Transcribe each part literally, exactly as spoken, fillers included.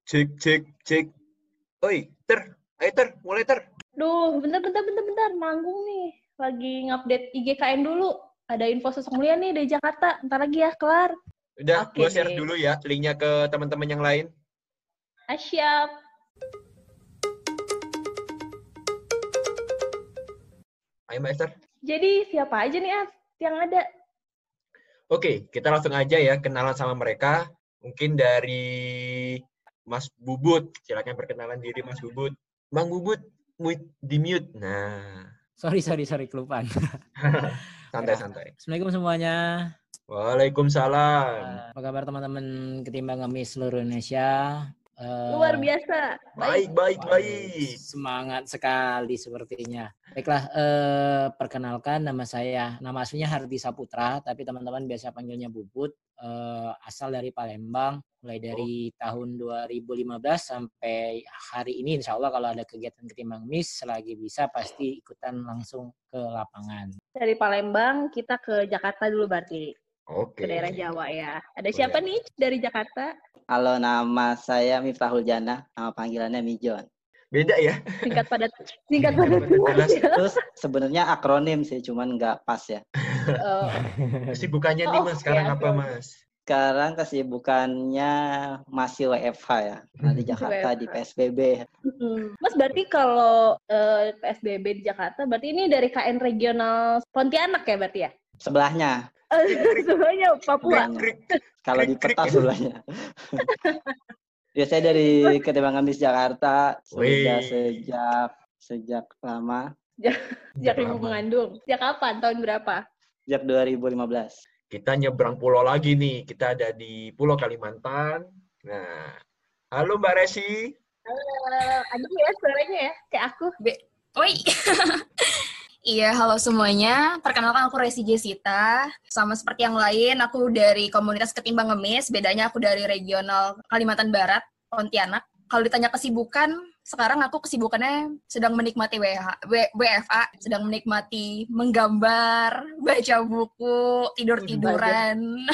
Cek, cek, cek. Oi, Ter. Ayo Ter, mulai Ter. Duh, bentar, bentar, bentar, bentar. Manggung nih. Lagi ngupdate I G K N dulu. Ada info sosok mulia nih dari Jakarta. Ntar lagi ya, kelar. Udah, Oke gue share deh. dulu ya linknya ke teman-teman yang lain. Asyap. Ayo Mbak Esther. Jadi siapa aja nih, Af, yang ada? Oke, kita langsung aja ya kenalan sama mereka. Mungkin dari Mas Bubut. Silakan perkenalan diri Mas Bubut. Bang Bubut, mute, di mute. Nah. Sorry, sorry, sorry, kelupaan. Santai-santai. Assalamualaikum semuanya. Waalaikumsalam. Uh, apa kabar teman-teman Ketimbang Ngemis seluruh Indonesia? Uh, Luar biasa. Baik, baik, baik. Semangat sekali sepertinya. Baiklah, uh, perkenalkan nama saya, nama aslinya Hardi Saputra, tapi teman-teman biasa panggilnya Bubut. Uh, asal dari Palembang, mulai dari oh. tahun dua ribu lima belas sampai hari ini. Insya Allah kalau ada kegiatan Ketimbang Ngemis, selagi bisa pasti ikutan langsung ke lapangan. Dari Palembang kita ke Jakarta dulu berarti. Oke. Ke daerah Jawa ya. Ada siapa oh, ya. nih dari Jakarta? Halo, nama saya Miftahul Jannah, nama panggilannya Mijon. Beda ya? Singkat padat. Singkat padat. Terus sebenarnya akronim sih, cuman nggak pas ya. Oh. Kesibukannya nih Mas, sekarang ya, apa Mas? Sekarang kesibukannya masih W F H ya, nah, di Jakarta di P S B B. Mas berarti kalau uh, P S B B di Jakarta, berarti ini dari K N regional Pontianak ya berarti ya? Sebelahnya. Sebelahnya Papua. Kalau di peta sebelahnya. Biasanya dari Ketimbang Ngemis Jakarta sudah sejak sejak lama. Sejak ibu mengandung. Sejak kapan? Tahun berapa? Sejak dua ribu lima belas. Kita nyebrang pulau lagi nih. Kita ada di Pulau Kalimantan. Nah, halo Mbak Resi. Halo, aduh ya suaranya ya, kayak aku. Be- Oi. Iya, halo semuanya. Perkenalkan aku Resi Jessita. Sama seperti yang lain, aku dari komunitas Ketimbang Ngemis. Bedanya aku dari regional Kalimantan Barat, Pontianak. Kalau ditanya kesibukan, sekarang aku kesibukannya sedang menikmati W F A, sedang menikmati menggambar, baca buku, tidur-tiduran.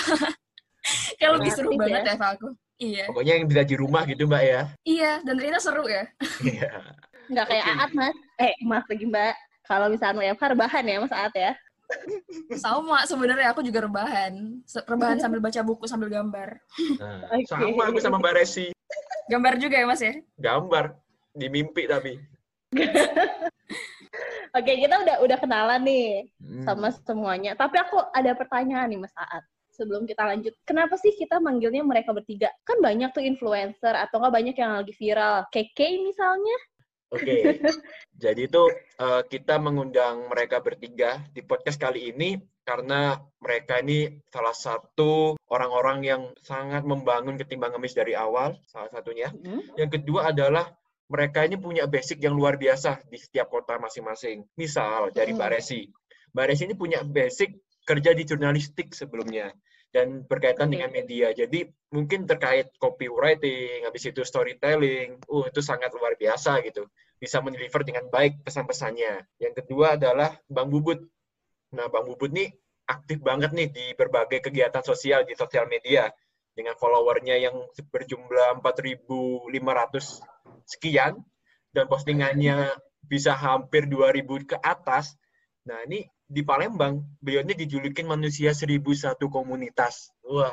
Kayak lebih seru ya? banget W F A aku. Iya. Pokoknya yang bisa di rumah gitu Mbak ya? Iya, dan ternyata seru ya. Iya. Nggak kayak okay. Aat Mas. Eh, Mas lagi Mbak. Kalau misalnya W F H rebahan ya Mas Aat ya? Sama, sebenarnya aku juga rebahan. Rebahan sambil baca buku, sambil gambar. Nah, okay. Sama aku sama Mbak Resi. Gambar juga ya Mas ya? Gambar. Di mimpi tapi. Oke, kita udah udah kenalan nih hmm. sama semuanya. Tapi aku ada pertanyaan nih Mas Aat. Sebelum kita lanjut, kenapa sih kita manggilnya mereka bertiga? Kan banyak tuh influencer atau nggak banyak yang lagi viral. K K misalnya. Oke, okay. Jadi itu uh, kita mengundang mereka bertiga di podcast kali ini karena mereka ini salah satu orang-orang yang sangat membangun Ketimbang Ngemis dari awal, salah satunya. Mm-hmm. Yang kedua adalah mereka ini punya basic yang luar biasa di setiap kota masing-masing. Misal dari Mbak Resi. Mbak Resi ini punya basic kerja di jurnalistik sebelumnya dan berkaitan okay. dengan media. Jadi mungkin terkait copywriting, habis itu storytelling, uh itu sangat luar biasa gitu. Bisa mendeliver dengan baik pesan-pesannya. Yang kedua adalah Bang Bubut. Nah, Bang Bubut nih aktif banget nih di berbagai kegiatan sosial di sosial media dengan followernya yang berjumlah empat ribu lima ratus sekian dan postingannya bisa hampir dua ribu ke atas. Nah, ini di Palembang, beliau ini dijulukin manusia seribu satu komunitas. Wah.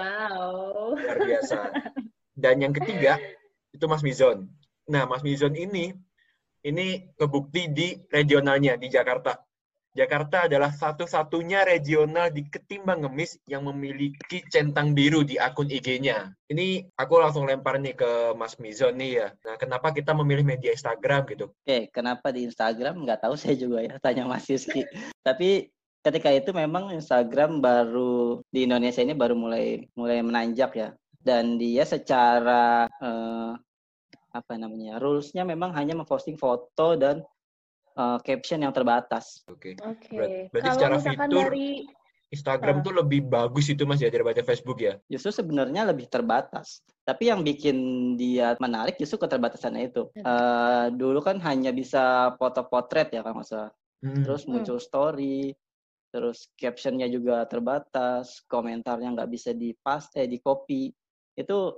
Wow. Luar biasa. Dan yang ketiga, itu Mas Mizon. Nah, Mas Mizon ini, ini kebukti di regionalnya, di Jakarta. Jakarta adalah satu-satunya regional di Ketimbang Ngemis yang memiliki centang biru di akun I G-nya. Ini aku langsung lempar nih ke Mas Mizon nih ya. Nah, kenapa kita memilih media Instagram gitu? Oke, kenapa di Instagram? Nggak tahu saya juga ya, tanya Mas Yuski. Tapi ketika itu memang Instagram baru, di Indonesia ini baru mulai mulai menanjak ya. Dan dia secara, eh, apa namanya, rules-nya memang hanya memposting foto dan Uh, caption yang terbatas. Oke. Okay. Okay. Ber- berarti secara fitur dari... Instagram uh. tuh lebih bagus itu Mas ya daripada Facebook ya? Justru sebenarnya lebih terbatas. Tapi yang bikin dia menarik justru keterbatasannya itu. Uh, dulu kan hanya bisa foto potret ya kalau nggak salah. Hmm. Terus muncul hmm. story, terus captionnya juga terbatas, komentarnya nggak bisa di paste, di copy. Itu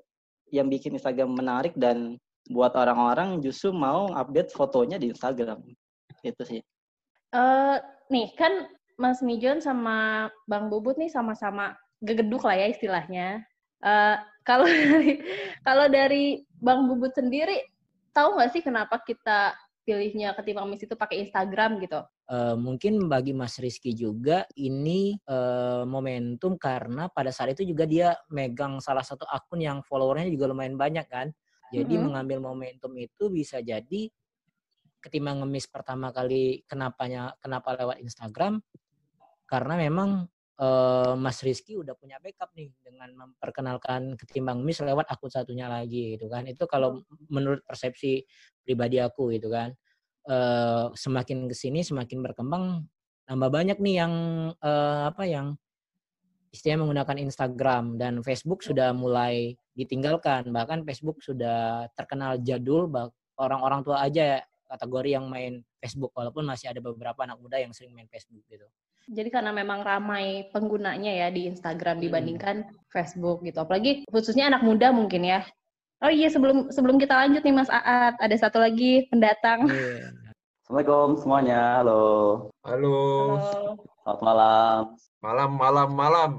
yang bikin Instagram menarik dan buat orang-orang justru mau update fotonya di Instagram. Itu sih. Uh, nih kan Mas Mijon sama Bang Bubut nih sama-sama gegeduk lah ya istilahnya. Uh, kalau dari kalau dari Bang Bubut sendiri, tahu nggak sih kenapa kita pilihnya Ketimbang Ngemis itu pakai Instagram gitu? Uh, mungkin bagi Mas Rizky juga ini uh, momentum karena pada saat itu juga dia megang salah satu akun yang followernya juga lumayan banyak kan. Jadi mm-hmm. mengambil momentum itu bisa jadi Ketimbang Ngemis pertama kali kenapanya kenapa lewat Instagram karena memang uh, Mas Rizky udah punya backup nih dengan memperkenalkan Ketimbang Ngemis lewat akun satunya lagi gitu kan. Itu kalau menurut persepsi pribadi aku gitu kan. Uh, semakin kesini semakin berkembang nambah banyak nih yang uh, apa yang istilahnya menggunakan Instagram dan Facebook sudah mulai ditinggalkan, bahkan Facebook sudah terkenal jadul, orang-orang tua aja kategori yang main Facebook walaupun masih ada beberapa anak muda yang sering main Facebook gitu. Jadi karena memang ramai penggunanya ya di Instagram dibandingkan hmm. Facebook gitu, apalagi khususnya anak muda mungkin ya. Oh iya, sebelum sebelum kita lanjut nih Mas Aat, ada satu lagi pendatang. Yeah. Assalamualaikum semuanya, halo. Halo. Halo. Selamat malam. Malam, malam, malam.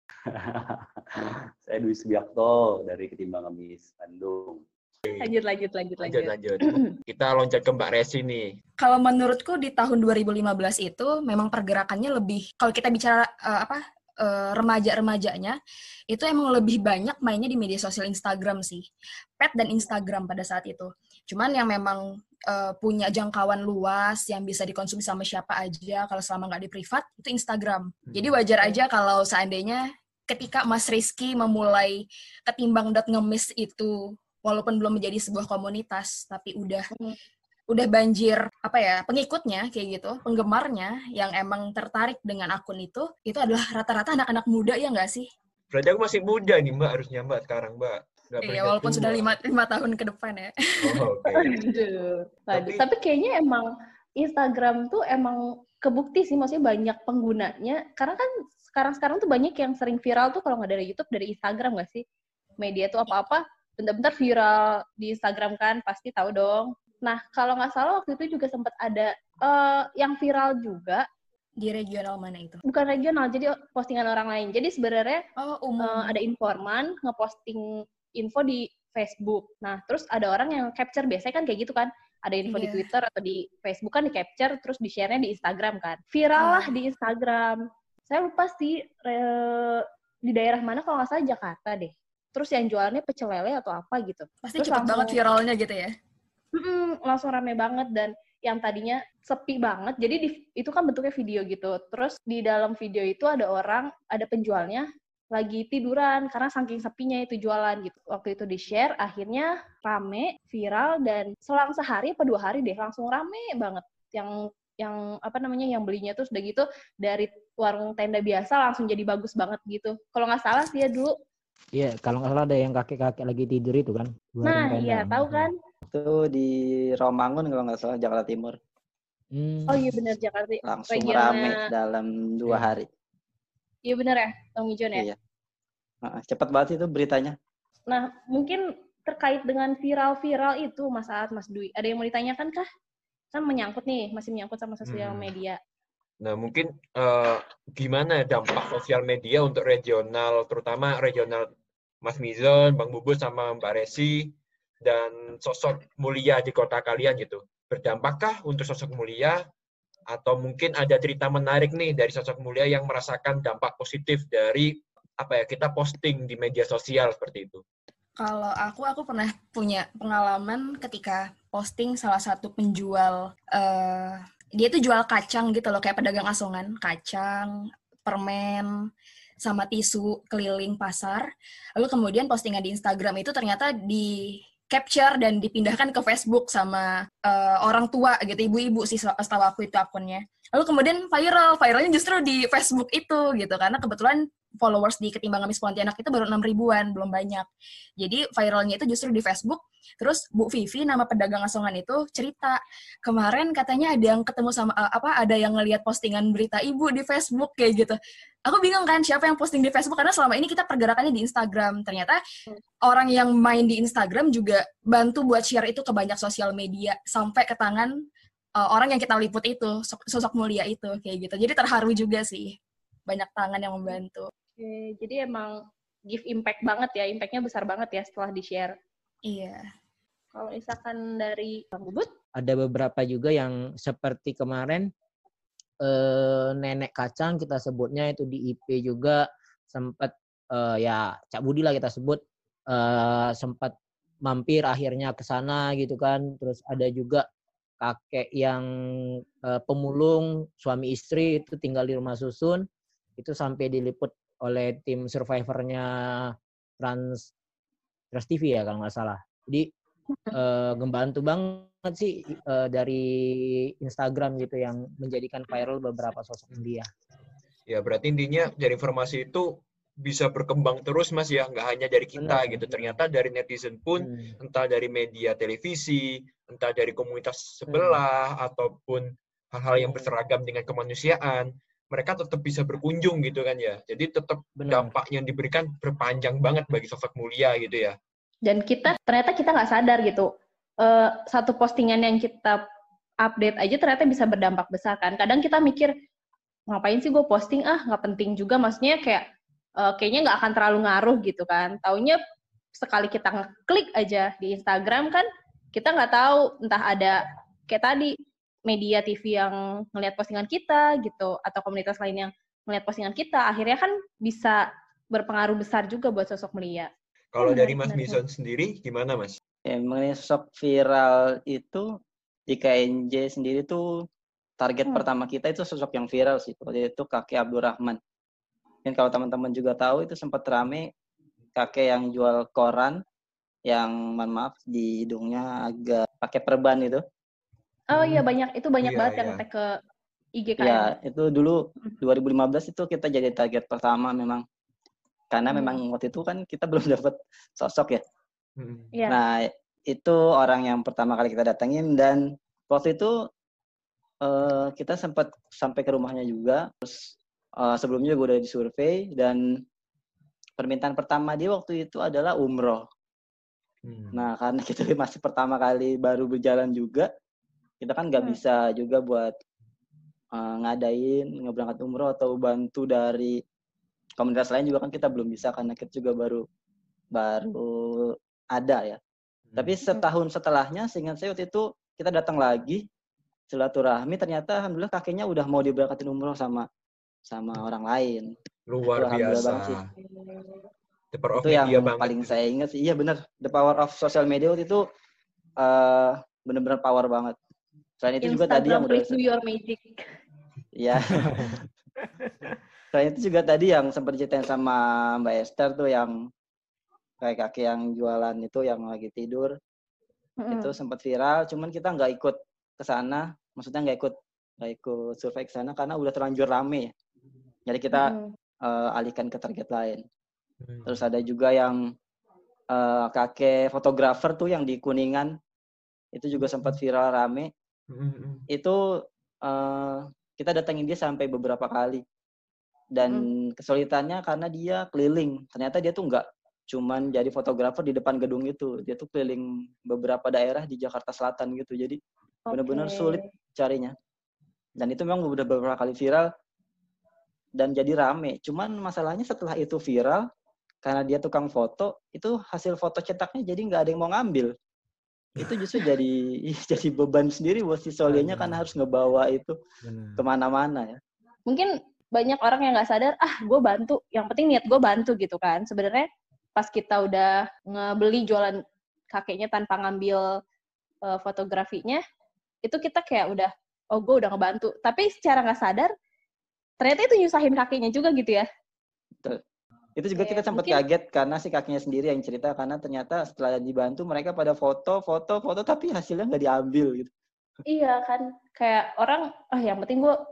Saya Dwi Subiakto dari Ketimbang Ngemis, Bandung. Lanjut, lanjut, lanjut, lanjut. Lanjut, lanjut. Kita loncat ke Mbak Resi nih. Kalau menurutku di tahun dua ribu lima belas itu memang pergerakannya lebih, kalau kita bicara uh, apa, Uh, remaja-remajanya itu emang lebih banyak mainnya di media sosial Instagram sih, Pet dan Instagram pada saat itu. Cuman yang memang uh, punya jangkauan luas yang bisa dikonsumsi sama siapa aja kalau selama nggak di privat itu Instagram. Jadi wajar aja kalau seandainya ketika Mas Rizky memulai Ketimbang.Ngemis itu walaupun belum menjadi sebuah komunitas tapi udah udah banjir apa ya pengikutnya kayak gitu, penggemarnya yang emang tertarik dengan akun itu, itu adalah rata-rata anak-anak muda ya nggak sih? Berarti aku masih muda nih Mbak, harusnya Mbak sekarang Mbak. Gak iya, walaupun tua. Sudah lima, lima tahun ke depan ya. Oh, oke. Okay. Aduh. Tapi, tapi kayaknya emang Instagram tuh emang kebukti sih, maksudnya banyak penggunanya. Karena kan sekarang-sekarang tuh banyak yang sering viral tuh kalau nggak dari YouTube, dari Instagram nggak sih? Media tuh apa-apa, bentar-bentar viral di Instagram kan, pasti tahu dong. Nah, kalau nggak salah waktu itu juga sempat ada uh, yang viral juga. Di regional mana itu? Bukan regional, jadi postingan orang lain. Jadi sebenarnya oh, umum. Uh, ada informan ngeposting info di Facebook. Nah, terus ada orang yang capture, biasanya kan kayak gitu kan. Ada info yeah. di Twitter atau di Facebook kan di-capture, terus di-share-nya di Instagram kan. Viral lah oh. di Instagram. Saya lupa sih re- di daerah mana, kalau nggak salah Jakarta deh. Terus yang jualannya pecel lele atau apa gitu. Pasti terus cepet langsung, banget viralnya gitu ya? Mm-mm, langsung rame banget, dan yang tadinya sepi banget, jadi di, itu kan bentuknya video gitu, terus di dalam video itu ada orang, ada penjualnya lagi tiduran karena saking sepinya itu jualan gitu. Waktu itu di-share, akhirnya rame, viral, dan selang sehari apa dua hari deh langsung rame banget. Yang yang apa namanya yang belinya tuh sudah gitu dari warung tenda biasa langsung jadi bagus banget gitu. Kalau nggak salah sih ya dulu. Iya, kalau nggak salah ada yang kakek-kakek lagi tidur itu kan. Nah, iya tahu kan. Itu di Romangun kalau nggak salah, Jakarta Timur. Hmm. Oh iya benar, Jakarta. Langsung regional... rame dalam dua ya. hari. Iya benar ya, Bang Mijon ya? Iya. Nah, cepat banget itu beritanya. Nah, mungkin terkait dengan viral-viral itu, Mas Aat, Mas Dwi, ada yang mau ditanyakan kah? Kan menyangkut nih, masih menyangkut sama sosial media. Nah, mungkin uh, gimana dampak sosial media untuk regional, terutama regional Mas Mijon, Bang Bubut, sama Mbak Resi, dan sosok mulia di kota kalian gitu. Berdampakkah untuk sosok mulia? Atau mungkin ada cerita menarik nih dari sosok mulia yang merasakan dampak positif dari apa ya kita posting di media sosial seperti itu? Kalau aku, aku pernah punya pengalaman ketika posting salah satu penjual, uh, dia tuh jual kacang gitu loh, kayak pedagang asongan, kacang, permen, sama tisu keliling pasar. Lalu kemudian postingan di Instagram itu ternyata di capture dan dipindahkan ke Facebook sama uh, orang tua gitu, ibu-ibu sih setahu aku itu akunnya. Lalu kemudian viral, viralnya justru di Facebook itu gitu, karena kebetulan followers di Ketimbang Ngemis Pontianak itu baru enam ribuan, belum banyak. Jadi viralnya itu justru di Facebook. Terus Bu Vivi, nama pedagang asongan itu cerita, kemarin katanya ada yang ketemu sama, uh, apa, ada yang ngelihat postingan berita ibu di Facebook, kayak gitu. Aku bingung kan, siapa yang posting di Facebook, karena selama ini kita pergerakannya di Instagram. Ternyata orang yang main di Instagram juga bantu buat share itu ke banyak sosial media, sampai ke tangan uh, orang yang kita liput itu, sosok mulia itu, kayak gitu. Jadi terharu juga sih, banyak tangan yang membantu. Oke, jadi emang give impact banget ya, impactnya besar banget ya setelah di-share. Iya. Kalau misalkan dari Bang Bubut? Ada beberapa juga yang seperti kemarin, eh, nenek kacang kita sebutnya itu di I P juga sempat, eh, ya Cak Budi lah kita sebut, eh, sempat mampir akhirnya ke sana gitu kan. Terus ada juga kakek yang eh, pemulung, suami istri itu tinggal di rumah susun, itu sampai diliput oleh tim survivornya Trans Trans T V ya kalau nggak salah. Jadi eh, ngebantu banget sih eh, dari Instagram gitu yang menjadikan viral beberapa sosok India. Ya berarti intinya dari informasi itu bisa berkembang terus Mas ya, nggak hanya dari kita Benar. gitu. Ternyata dari netizen pun, Hmm. entah dari media televisi, entah dari komunitas sebelah, hmm. ataupun hal-hal yang berseragam dengan kemanusiaan, mereka tetap bisa berkunjung gitu kan ya. Jadi tetap Benar. dampak yang diberikan berpanjang banget bagi sosok mulia gitu ya. Dan kita, ternyata kita nggak sadar gitu, uh, satu postingan yang kita update aja ternyata bisa berdampak besar kan. Kadang kita mikir, ngapain sih gue posting, ah nggak penting juga, maksudnya kayak, uh, kayaknya nggak akan terlalu ngaruh gitu kan. Taunya sekali kita ngeklik aja di Instagram kan, kita nggak tahu, entah ada, kayak tadi, media T V yang ngelihat postingan kita gitu, atau komunitas lain yang ngelihat postingan kita, akhirnya kan bisa berpengaruh besar juga buat sosok mulia. Kalau dari Mas Mison sendiri, gimana Mas? Ya, mengenai sosok viral itu, di K N J sendiri tuh, target hmm. pertama kita itu sosok yang viral sih, yaitu kakek Abdurrahman. Dan kalau teman-teman juga tahu, itu sempat rame kakek yang jual koran, yang mohon maaf, di hidungnya agak pakai perban itu. Oh iya, banyak, itu banyak iya, banget iya. yang tag ke I G K M. Ya, itu dulu dua ribu lima belas itu kita jadi target pertama memang. Karena hmm. memang waktu itu kan kita belum dapat sosok ya. Hmm. Yeah. Nah, itu orang yang pertama kali kita datengin, dan waktu itu uh, kita sempat sampai ke rumahnya juga. Terus uh, sebelumnya gue udah disurvei, dan permintaan pertama dia waktu itu adalah umroh. Hmm. Nah, karena kita masih pertama kali baru berjalan juga, kita kan nggak hmm. bisa juga buat uh, ngadain, ngeberangkat umroh atau bantu dari komunitas lain juga kan kita belum bisa, karena kita juga baru baru ada ya. Hmm. Tapi setahun setelahnya, seingat saya waktu itu kita datang lagi silaturahmi, ternyata alhamdulillah kakeknya udah mau diberangkatin umroh sama sama orang lain. Luar itu biasa. Banget sih. The power of itu yang banget. paling saya ingat sih. Iya benar. The power of social media waktu itu uh, benar-benar power banget. Selain itu Instagram, juga tadi yang udah do your magic. Iya. Selain itu juga tadi yang sempat ceritain sama Mbak Esther tuh, yang kayak kakek yang jualan itu yang lagi tidur. Mm-hmm. Itu sempat viral, cuman kita nggak ikut ke sana, maksudnya nggak ikut nggak ikut survei ke sana karena udah terlanjur rame. Jadi kita mm-hmm. uh, alihkan ke target lain. Mm-hmm. Terus ada juga yang uh, kakek fotografer tuh yang di Kuningan, itu juga sempat viral rame. Mm-hmm. Itu uh, kita datangin dia sampai beberapa kali. Dan mm. kesulitannya karena dia keliling. Ternyata dia tuh nggak cuman jadi fotografer di depan gedung itu. Dia tuh keliling beberapa daerah di Jakarta Selatan gitu. Jadi okay. benar-benar sulit carinya. Dan itu memang udah beberapa kali viral dan jadi rame. Cuman masalahnya setelah itu viral, karena dia tukang foto, itu hasil foto cetaknya jadi nggak ada yang mau ngambil. Itu justru jadi jadi beban sendiri buat si Solianya, karena harus ngebawa itu Benar. kemana-mana ya. Mungkin banyak orang yang nggak sadar, ah gue bantu, yang penting niat gue bantu gitu kan. Sebenarnya pas kita udah ngebeli jualan kakeknya tanpa ngambil uh, fotografinya, itu kita kayak udah, oh gue udah ngebantu. Tapi secara nggak sadar, ternyata itu nyusahin kakeknya juga gitu ya. Betul. Itu juga kita sempat mungkin kaget karena si kakeknya sendiri yang cerita, karena ternyata setelah dibantu mereka pada foto, foto, foto, tapi hasilnya nggak diambil gitu. Iya kan, kayak orang, ah yang penting gue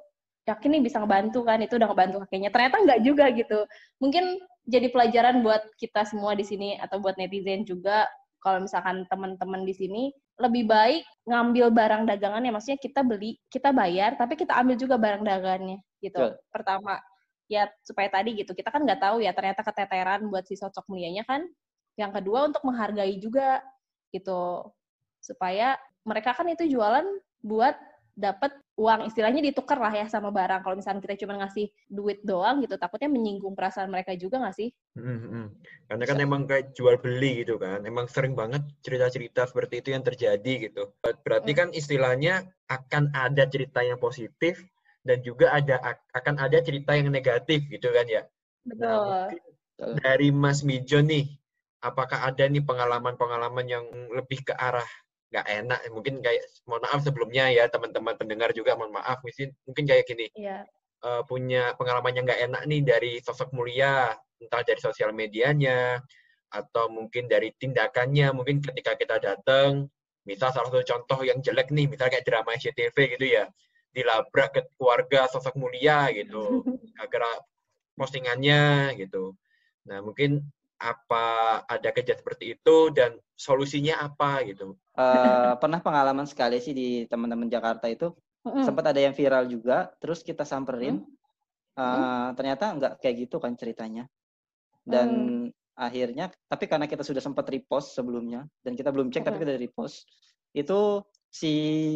yakin nih bisa ngebantu kan, itu udah ngebantu kakeknya. Ternyata nggak juga gitu. Mungkin jadi pelajaran buat kita semua di sini atau buat netizen juga, kalau misalkan teman-teman di sini lebih baik ngambil barang dagangannya, maksudnya kita beli, kita bayar, tapi kita ambil juga barang dagangannya gitu. Betul. Pertama, ya supaya tadi gitu, kita kan nggak tahu ya ternyata keteteran buat si sosok mulianya kan. Yang kedua untuk menghargai juga gitu, supaya mereka kan itu jualan buat dapat uang, istilahnya ditukar lah ya sama barang. Kalau misalnya kita cuma ngasih duit doang gitu, takutnya menyinggung perasaan mereka juga nggak sih? Mm-hmm. Karena kan emang kayak jual beli gitu kan, emang sering banget cerita-cerita seperti itu yang terjadi gitu. Berarti kan istilahnya akan ada cerita yang positif dan juga ada akan ada cerita yang negatif gitu kan ya. Betul. Nah, mungkin dari Mas Mijo nih, apakah ada nih pengalaman-pengalaman yang lebih ke arah nggak enak, mungkin kayak, mohon maaf sebelumnya ya teman-teman pendengar juga, mohon maaf, mungkin mungkin kayak gini, yeah. uh, punya pengalaman yang nggak enak nih dari sosok mulia, entah dari sosial medianya, atau mungkin dari tindakannya, mungkin ketika kita datang, misal salah satu contoh yang jelek nih, misalnya kayak drama S C T V gitu ya, dilabrak ke keluarga sosok mulia gitu, gara-gara postingannya gitu. Nah mungkin apa ada kejadian seperti itu dan solusinya apa gitu? Uh, pernah pengalaman sekali sih di teman-teman Jakarta itu, mm-hmm. sempat ada yang viral juga, terus kita samperin, mm-hmm. uh, ternyata nggak kayak gitu kan ceritanya. Dan mm. akhirnya, tapi karena kita sudah sempat repost sebelumnya, dan kita belum cek, mm-hmm. tapi kita udah repost, itu si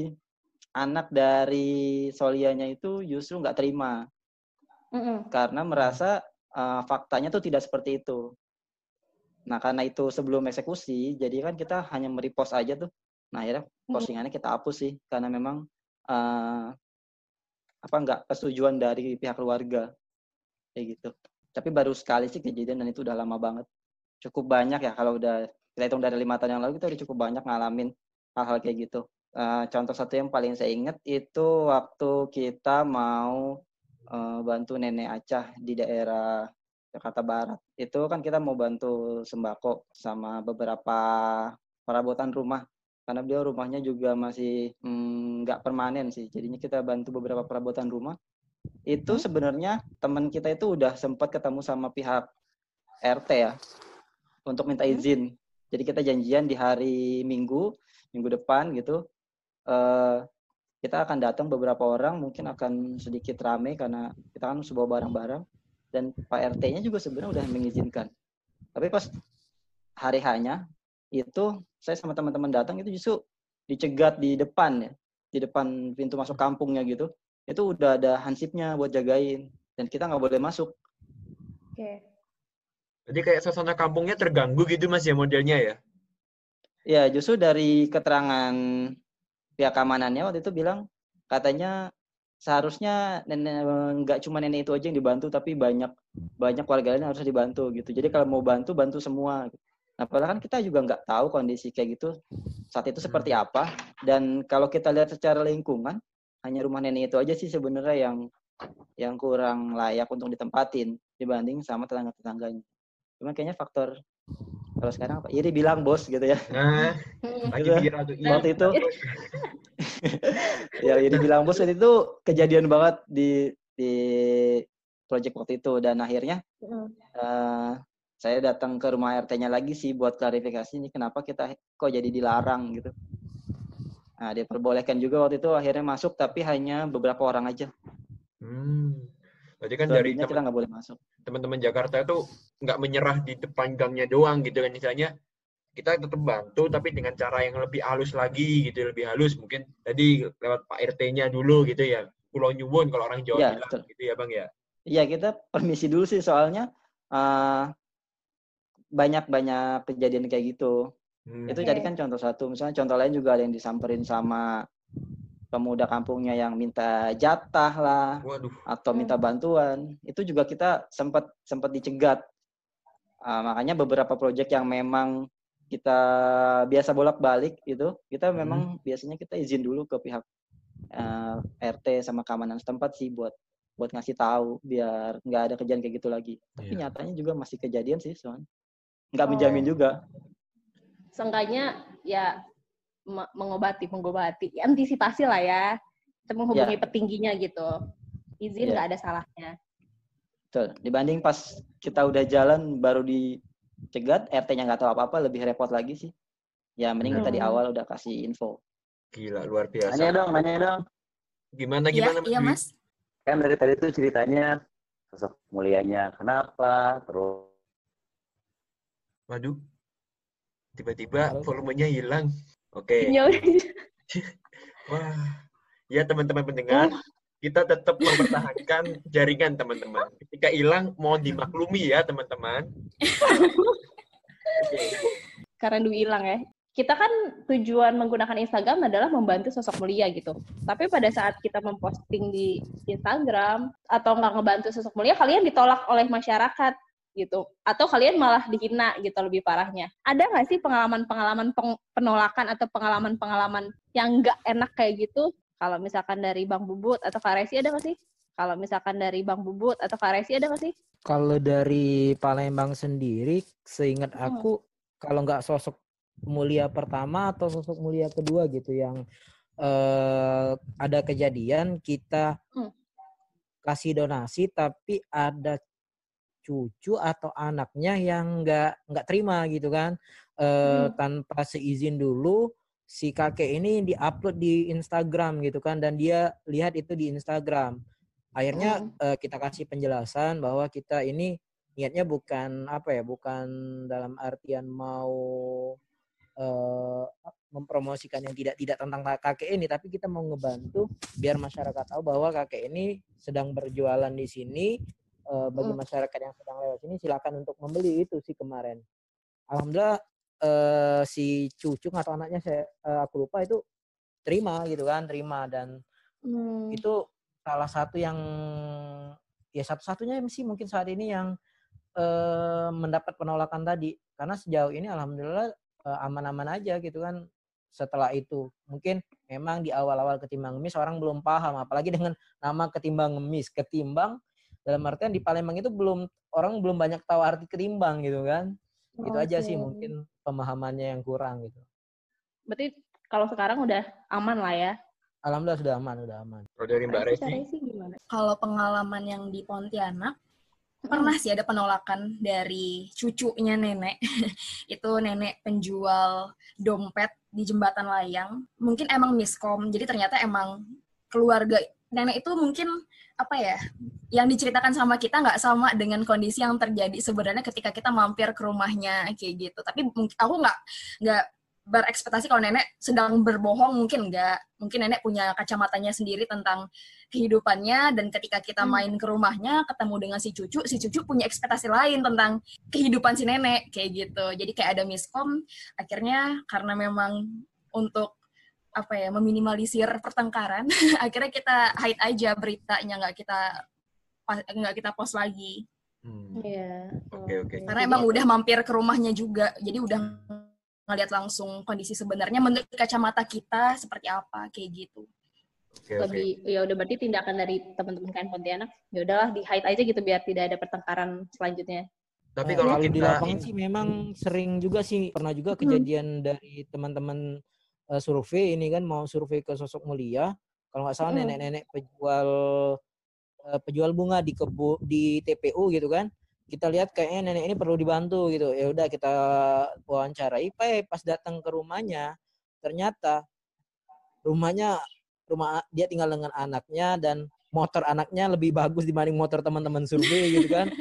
anak dari Solianya itu justru nggak terima, mm-hmm. karena merasa uh, faktanya tuh tidak seperti itu. Nah, karena itu sebelum eksekusi, jadi kan kita hanya merepost aja tuh. Nah, akhirnya postingannya kita hapus sih, karena memang uh, apa nggak persetujuan dari pihak keluarga, kayak gitu. Tapi baru sekali sih kejadian dan itu udah lama banget. Cukup banyak ya, kalau udah kita hitung dari lima tahun yang lalu, kita udah cukup banyak ngalamin hal-hal kayak gitu. Uh, contoh satu yang paling saya ingat itu waktu kita mau uh, bantu Nenek Acah di daerah Jakarta Barat. Itu kan kita mau bantu sembako sama beberapa perabotan rumah. Karena beliau rumahnya juga masih nggak hmm, permanen sih. Jadinya kita bantu beberapa perabotan rumah. Itu sebenarnya teman kita itu udah sempat ketemu sama pihak R T ya. Untuk minta izin. Jadi kita janjian di hari Minggu, minggu depan gitu. Uh, kita akan datang beberapa orang. Mungkin akan sedikit rame karena kita kan sebawa barang-barang. Dan Pak R T-nya juga sebenarnya udah mengizinkan. Tapi pas hari hanya itu saya sama teman-teman datang itu justru dicegat di depan ya, di depan pintu masuk kampungnya gitu. Itu udah ada hansipnya buat jagain dan kita nggak boleh masuk. Oke. Okay. Jadi kayak suasana kampungnya terganggu gitu Mas ya modelnya ya? Ya justru dari keterangan pihak keamanannya waktu itu bilang katanya seharusnya nenek nggak cuma nenek itu aja yang dibantu, tapi banyak banyak warga lain harus dibantu gitu. Jadi kalau mau bantu bantu semua. Nah, padahal kan kita juga nggak tahu kondisi kayak gitu saat itu seperti apa. Dan kalau kita lihat secara lingkungan, hanya rumah nenek itu aja sih sebenarnya yang yang kurang layak untuk ditempatin dibanding sama tetangga-tetangganya. Cuma kayaknya faktor kalau sekarang apa? Iri bilang bos gitu ya. Nah, lagi viral tuh. Waktu itu. Ya, Iri bilang bos itu kejadian banget di di project waktu itu dan akhirnya uh, saya datang ke rumah R T-nya lagi sih buat klarifikasi ini kenapa kita kok jadi dilarang gitu. Nah, dia perbolehkan juga waktu itu akhirnya masuk tapi hanya beberapa orang aja. Hmm. Berarti kan Selanjutnya dari kita nggak boleh masuk. Teman-teman Jakarta itu nggak menyerah di depan gangnya doang gitu kan, misalnya kita tetap bantu tapi dengan cara yang lebih halus lagi gitu, lebih halus mungkin tadi lewat Pak R T-nya dulu gitu ya, Pulau Nyuwun kalau orang Jawa ya, bilang betul. Gitu ya Bang ya. Iya, kita permisi dulu sih soalnya uh, banyak-banyak kejadian kayak gitu. Hmm. Itu okay. Jadi kan contoh satu, misalnya contoh lain juga ada yang disamperin sama pemuda kampungnya yang minta jatah lah. Waduh. Atau minta bantuan. Itu juga kita sempat sempat dicegat. Uh, makanya beberapa proyek yang memang kita biasa bolak-balik itu, kita hmm. memang biasanya kita izin dulu ke pihak uh, R T sama keamanan setempat sih buat buat ngasih tahu biar nggak ada kejadian kayak gitu lagi. Tapi yeah. nyatanya juga masih kejadian sih, soalnya nggak oh. menjamin juga. Seenggaknya ya mengobati, mengobati, antisipasi lah ya. Kita menghubungi yeah. petingginya gitu. izin Iya. nggak ada salahnya. Betul. Dibanding pas kita udah jalan baru dicegat, R T-nya nggak tahu apa-apa, lebih repot lagi sih. Ya mending kita di Hmm. awal udah kasih info. Gila, luar Nanya biasa. dong, nanya dong. Gimana, Iya, gimana, Mas iya Dwi? Mas. Kan dari tadi tuh ceritanya sosok mulianya kenapa, terus Waduh, tiba-tiba Halo? volumenya hilang. Oke. Ya udah. Wah, ya teman-teman pendengar, kita tetap mempertahankan jaringan teman-teman. Ketika hilang, mohon dimaklumi ya teman-teman. Oke. Karena Dwi hilang ya. Kita kan tujuan menggunakan Instagram adalah membantu sosok mulia gitu. Tapi pada saat kita memposting di Instagram atau nggak ngebantu sosok mulia, kalian ditolak oleh masyarakat gitu. Atau kalian malah dihina gitu lebih parahnya. Ada nggak sih pengalaman-pengalaman peng- penolakan atau pengalaman-pengalaman yang nggak enak kayak gitu? Kalau misalkan dari Bang Bubut atau Kak Resi ada nggak sih? Kalau misalkan dari Bang Bubut atau Kak Resi ada nggak sih? Kalau dari Palembang sendiri, seingat Hmm. aku, kalau nggak sosok mulia pertama atau sosok mulia kedua gitu yang eh, ada kejadian kita Hmm. kasih donasi tapi ada cucu atau anaknya yang nggak nggak terima gitu kan. Eh, Hmm. tanpa seizin dulu si kakek ini diupload di Instagram gitu kan, dan dia lihat itu di Instagram. Akhirnya Hmm. eh, kita kasih penjelasan bahwa kita ini niatnya bukan apa ya, bukan dalam artian mau eh, mempromosikan yang tidak-tidak tentang kakek ini, tapi kita mau ngebantu biar masyarakat tahu bahwa kakek ini sedang berjualan di sini. Eh, bagi Hmm. masyarakat yang sedang lewat sini silakan untuk membeli. Itu sih kemarin. Alhamdulillah eh, si cucu atau anaknya saya eh, aku lupa itu terima gitu kan, terima, dan Hmm. itu salah satu yang ya satu-satunya sih mungkin saat ini yang eh, mendapat penolakan tadi, karena sejauh ini alhamdulillah eh, aman-aman aja gitu kan. Setelah itu mungkin memang di awal-awal Ketimbang Ngemis orang belum paham, apalagi dengan nama Ketimbang Ngemis. Ketimbang dalam artian di Palembang itu belum, orang belum banyak tahu arti ketimbang gitu kan. Itu aja sih Oke. mungkin pemahamannya yang kurang gitu. Berarti kalau sekarang udah aman lah ya. Alhamdulillah sudah aman, sudah aman. Kalau dari Mbak Resi, Kak Resi, Resi gimana? Kalau pengalaman yang di Pontianak, pernah sih ada penolakan dari cucunya nenek. Itu nenek penjual dompet di Jembatan Layang. Mungkin emang miskom, jadi ternyata emang keluarga nenek itu mungkin apa ya, yang diceritakan sama kita nggak sama dengan kondisi yang terjadi sebenarnya ketika kita mampir ke rumahnya kayak gitu. Tapi mungkin aku nggak nggak berekspektasi kalau nenek sedang berbohong, mungkin enggak. Mungkin nenek punya kacamatanya sendiri tentang kehidupannya, dan ketika kita main ke rumahnya ketemu dengan si cucu, si cucu punya ekspektasi lain tentang kehidupan si nenek kayak gitu. Jadi kayak ada miskom, akhirnya karena memang untuk apa ya, meminimalisir pertengkaran, akhirnya kita hide aja beritanya, nggak kita nggak kita post lagi. Iya. Hmm. Oke, oke. Karena emang udah mampir ke rumahnya juga, jadi udah ngeliat langsung kondisi sebenarnya menurut kacamata kita seperti apa kayak gitu. Oke, oke. Lebih ya udah, berarti tindakan dari teman-teman K N Pontianak ya udahlah di hide aja gitu biar tidak ada pertengkaran selanjutnya. Tapi Nah, kalau kalau kita di lapangan ini- sih memang sering juga sih, pernah juga kejadian dari teman-teman uh, survei ini kan, mau survei ke sosok mulia, kalau nggak salah Hmm. nenek-nenek penjual uh, penjual bunga di kebu di T P U gitu kan, kita lihat kayaknya nenek ini perlu dibantu gitu, ya udah kita wawancarai. Pas datang ke rumahnya ternyata rumahnya rumah dia tinggal dengan anaknya, dan motor anaknya lebih bagus dibanding motor teman-teman survei gitu kan.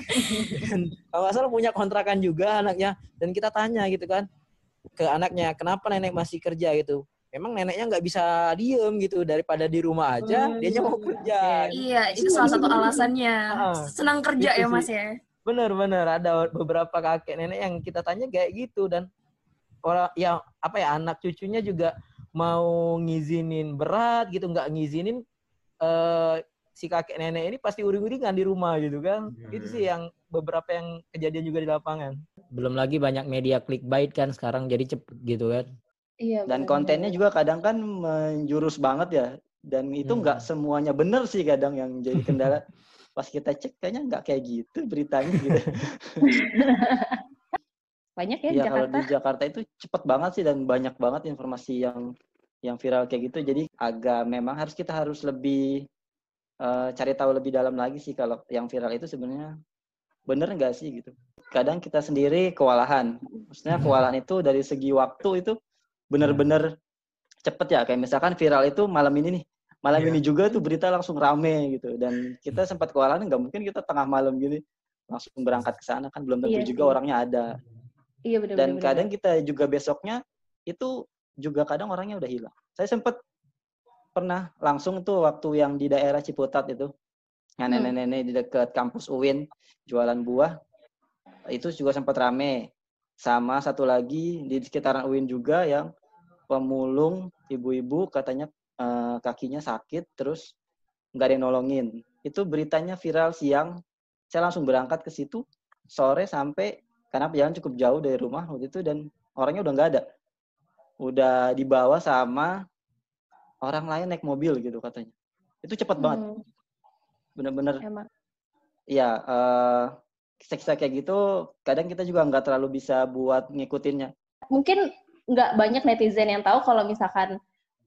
Dan kalau nggak salah punya kontrakan juga anaknya, dan kita tanya gitu kan ke anaknya, kenapa nenek masih kerja gitu. Memang neneknya nggak bisa diem gitu, daripada di rumah aja Hmm. dianya mau kerja. Iya, itu salah satu alasannya. Ah, Senang kerja itu ya Mas sih. ya. Bener-bener ada beberapa kakek nenek yang kita tanya kayak gitu, dan orang ya apa ya, anak cucunya juga mau ngizinin berat gitu, nggak ngizinin eh, si kakek nenek ini pasti uring-uringan di rumah gitu kan. Hmm. Itu sih yang beberapa yang kejadian juga di lapangan. Belum lagi banyak media clickbait kan sekarang, jadi cepet gitu kan. Iya. Dan benar. kontennya juga kadang kan menjurus banget ya. Dan itu Hmm. nggak semuanya benar sih kadang yang jadi kendala. Pas kita cek kayaknya nggak kayak gitu beritanya gitu. Banyak ya di Iya, kalau Jakarta. di Jakarta itu cepet banget sih dan banyak banget informasi yang yang viral kayak gitu. Jadi agak memang harus kita harus lebih uh, cari tahu lebih dalam lagi sih kalau yang viral itu sebenarnya bener nggak sih gitu. Kadang kita sendiri kewalahan. Maksudnya kewalahan itu dari segi waktu itu bener-bener cepet ya. Kayak misalkan viral itu malam ini nih. Malam yeah. ini juga tuh berita langsung rame gitu. Dan kita sempat kewalahan, nggak mungkin kita tengah malam gini langsung berangkat ke sana kan. Belum tentu yeah, juga sih. Orangnya ada. Iya benar. Dan bener, kadang bener. Kita juga besoknya itu juga kadang orangnya udah hilang. Saya sempat pernah langsung tuh waktu yang di daerah Ciputat itu. Yang hmm. nenek-nenek di dekat kampus U I N jualan buah. Itu juga sempat rame. Sama satu lagi di sekitaran U I N juga yang pemulung ibu-ibu katanya uh, kakinya sakit terus nggak ada yang nolongin. Itu beritanya viral siang. Saya langsung berangkat ke situ sore sampai karena jalan cukup jauh dari rumah waktu itu dan orangnya udah nggak ada. Udah dibawa sama orang lain naik mobil gitu katanya. Itu cepat hmm. banget. Bener-bener. Emang. Ya, uh, kisah-kisah kayak gitu kadang kita juga nggak terlalu bisa buat ngikutinnya. Mungkin nggak banyak netizen yang tahu kalau misalkan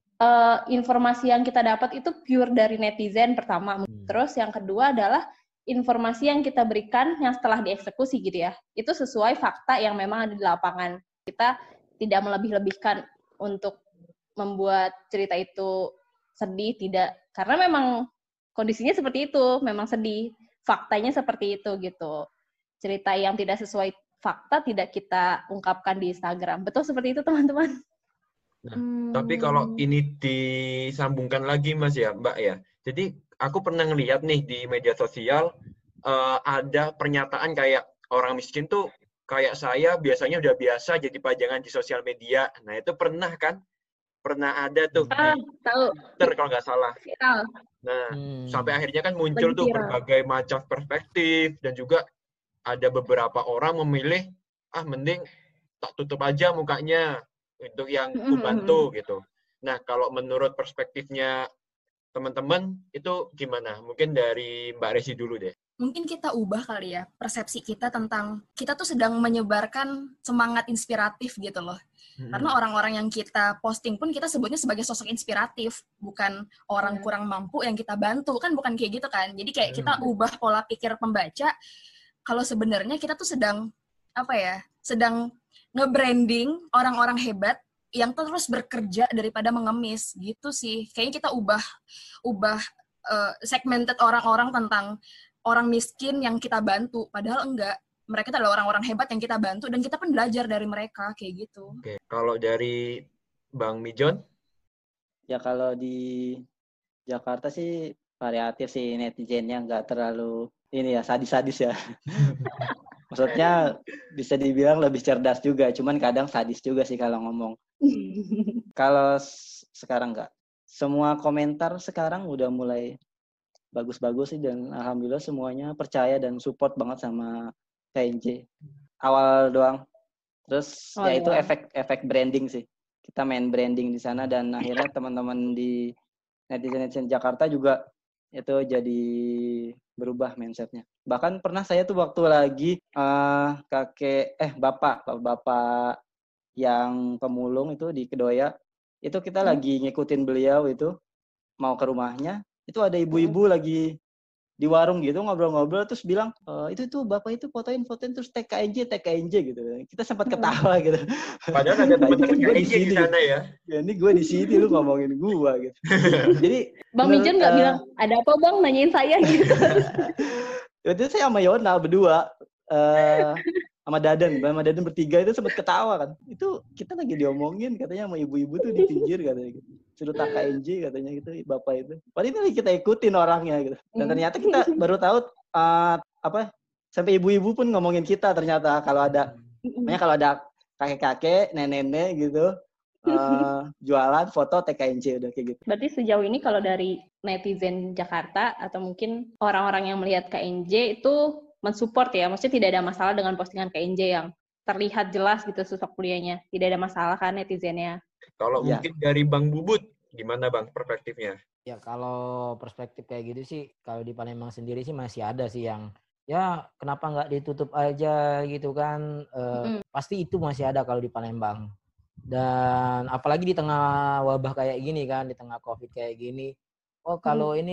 uh, informasi yang kita dapat itu pure dari netizen pertama. Hmm. Terus yang kedua adalah informasi yang kita berikan yang setelah dieksekusi gitu ya. Itu sesuai fakta yang memang ada di lapangan. Kita tidak melebih-lebihkan untuk membuat cerita itu sedih, tidak. Karena memang kondisinya seperti itu, memang sedih. Faktanya seperti itu gitu. Cerita yang tidak sesuai fakta tidak kita ungkapkan di Instagram. Betul seperti itu, teman-teman? Nah, hmm. Tapi kalau ini disambungkan lagi, Mas ya, Mbak ya. Jadi, aku pernah ngelihat nih di media sosial, uh, ada pernyataan kayak orang miskin tuh, kayak saya biasanya udah biasa jadi pajangan di sosial media. Nah, itu pernah kan? Pernah ada tuh ah, di tahu. Twitter kalau nggak salah. Viral. Nah, hmm. sampai akhirnya kan muncul Lagi tuh viral. berbagai macam perspektif dan juga ada beberapa orang memilih ah mending tak tutup aja mukanya untuk yang ku bantu mm-hmm. gitu. Nah, kalau menurut perspektifnya teman-teman itu gimana? Mungkin dari Mbak Resi dulu deh. Mungkin kita ubah kali ya persepsi kita tentang kita tuh sedang menyebarkan semangat inspiratif gitu loh. Hmm. Karena orang-orang yang kita posting pun kita sebutnya sebagai sosok inspiratif, bukan orang hmm. kurang mampu yang kita bantu, kan bukan kayak gitu kan. Jadi kayak hmm. kita ubah pola pikir pembaca kalau sebenarnya kita tuh sedang apa ya? Sedang nge-branding orang-orang hebat yang terus bekerja daripada mengemis gitu sih. Kayaknya kita ubah ubah uh, segmented orang-orang tentang orang miskin yang kita bantu, padahal enggak. Mereka adalah orang-orang hebat yang kita bantu dan kita pun belajar dari mereka kayak gitu. Oke, kalau dari Bang Mijon? Ya kalau di Jakarta sih variatif sih netizennya, nggak terlalu ini ya sadis-sadis ya. Maksudnya bisa dibilang lebih cerdas juga, cuman kadang sadis juga sih kalau ngomong. Kalau sekarang nggak. Semua komentar sekarang udah mulai bagus-bagus sih dan alhamdulillah semuanya percaya dan support banget sama K N J. Awal doang. Terus oh, ya itu iya. efek efek branding sih. Kita main branding di sana dan akhirnya teman-teman di netizen-netizen Jakarta juga itu jadi berubah mindsetnya. Bahkan pernah saya tuh waktu lagi uh, kakek eh bapak bapak yang pemulung itu di Kedoya itu kita hmm. lagi ngikutin beliau itu mau ke rumahnya. Itu ada ibu-ibu hmm. lagi di warung gitu ngobrol-ngobrol terus bilang e, itu tuh bapak itu fotoin fotoin terus tag K N J tag K N J gitu. Kita sempat ketawa hmm. gitu. Padahal ada teman-teman K N J di sana ya. Ya ini gue di sini lu ngomongin gue gitu. Jadi Bang Mijon nggak uh, bilang ada apa Bang nanyain saya gitu. Waktu itu saya sama Yona berdua uh, sama Dadan, sama Dadan bertiga itu sempat ketawa kan. Itu kita lagi diomongin katanya sama ibu-ibu tuh di pinggir katanya gitu. Suruh tak K N J katanya gitu bapak itu. Padahal itu kita ikutin orangnya gitu. Dan ternyata kita baru tahu uh, apa sampai ibu-ibu pun ngomongin kita ternyata kalau ada makanya kalau ada kakek-kakek, nenek-nenek gitu uh, jualan foto T K N J udah kayak gitu. Berarti sejauh ini kalau dari netizen Jakarta atau mungkin orang-orang yang melihat K N J itu mensupport ya, maksudnya tidak ada masalah dengan postingan K N J yang terlihat jelas gitu sosok kuliahnya, tidak ada masalah kan netizennya. Kalau ya. Mungkin dari Bang Bubut, gimana Bang perspektifnya? Ya kalau perspektif kayak gitu sih, kalau di Palembang sendiri sih masih ada sih yang, ya kenapa nggak ditutup aja gitu kan, e, mm. pasti itu masih ada kalau di Palembang. Dan apalagi di tengah wabah kayak gini kan, di tengah COVID kayak gini, oh kalau mm. ini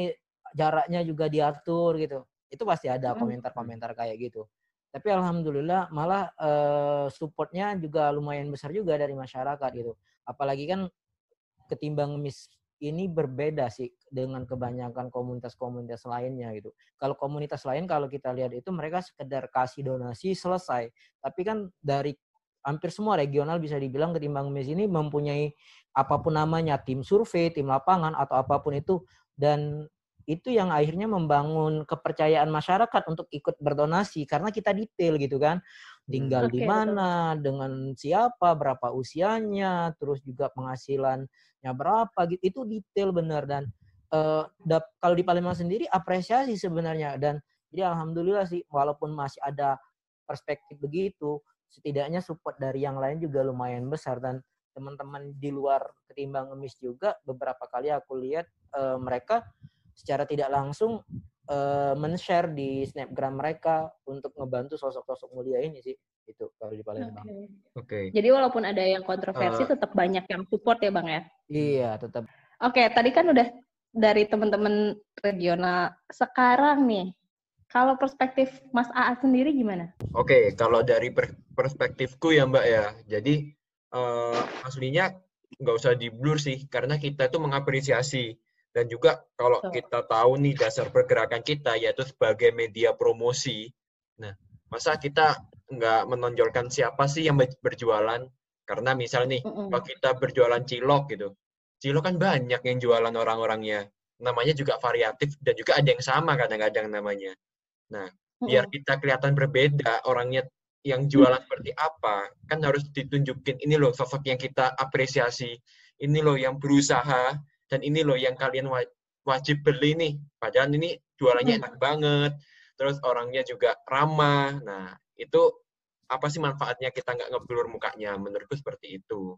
jaraknya juga diatur gitu. Itu pasti ada komentar-komentar kayak gitu. Tapi alhamdulillah malah uh, supportnya juga lumayan besar juga dari masyarakat gitu. Apalagi kan Ketimbang Ngemis ini berbeda sih dengan kebanyakan komunitas-komunitas lainnya gitu. Kalau komunitas lain kalau kita lihat itu mereka sekedar kasih donasi selesai. Tapi kan dari hampir semua regional bisa dibilang Ketimbang Ngemis ini mempunyai apapun namanya, tim survei, tim lapangan atau apapun itu, dan itu yang akhirnya membangun kepercayaan masyarakat untuk ikut berdonasi karena kita detail gitu kan, tinggal Oke, di mana, dengan siapa, berapa usianya, terus juga penghasilannya berapa gitu, itu detail benar. Dan uh, dap, kalau di Palembang sendiri apresiasi sebenarnya, dan jadi alhamdulillah sih walaupun masih ada perspektif begitu, setidaknya support dari yang lain juga lumayan besar. Dan teman-teman di luar Ketimbang Ngemis juga beberapa kali aku lihat uh, mereka secara tidak langsung uh, men-share di snapgram mereka untuk ngebantu sosok-sosok mulia ini sih, itu kalau di Palembang. Oke. Okay. Okay. Jadi walaupun ada yang kontroversi, uh, tetap banyak yang support ya Bang ya? Iya, tetap. Oke, okay, tadi kan udah dari teman-teman regional. Sekarang nih, kalau perspektif Mas A A sendiri gimana? Oke, okay, kalau dari per- perspektifku ya Mbak ya, jadi uh, aslinya nggak usah di-blur sih, karena kita itu mengapresiasi. Dan juga kalau so. kita tahu nih dasar pergerakan kita yaitu sebagai media promosi. Nah, masa kita nggak menonjolkan siapa sih yang berjualan? Karena misal nih, mm-mm. kalau kita berjualan cilok gitu, cilok kan banyak yang jualan orang-orangnya. Namanya juga variatif dan juga ada yang sama kadang-kadang namanya. Nah, mm-mm. biar kita kelihatan berbeda orangnya yang jualan seperti apa, kan harus ditunjukin ini loh sosok yang kita apresiasi, ini loh yang berusaha, dan ini loh yang kalian wajib beli nih. Padahal ini jualannya enak banget. Terus orangnya juga ramah. Nah, itu apa sih manfaatnya kita nggak ngeblur mukanya? Menurutku seperti itu.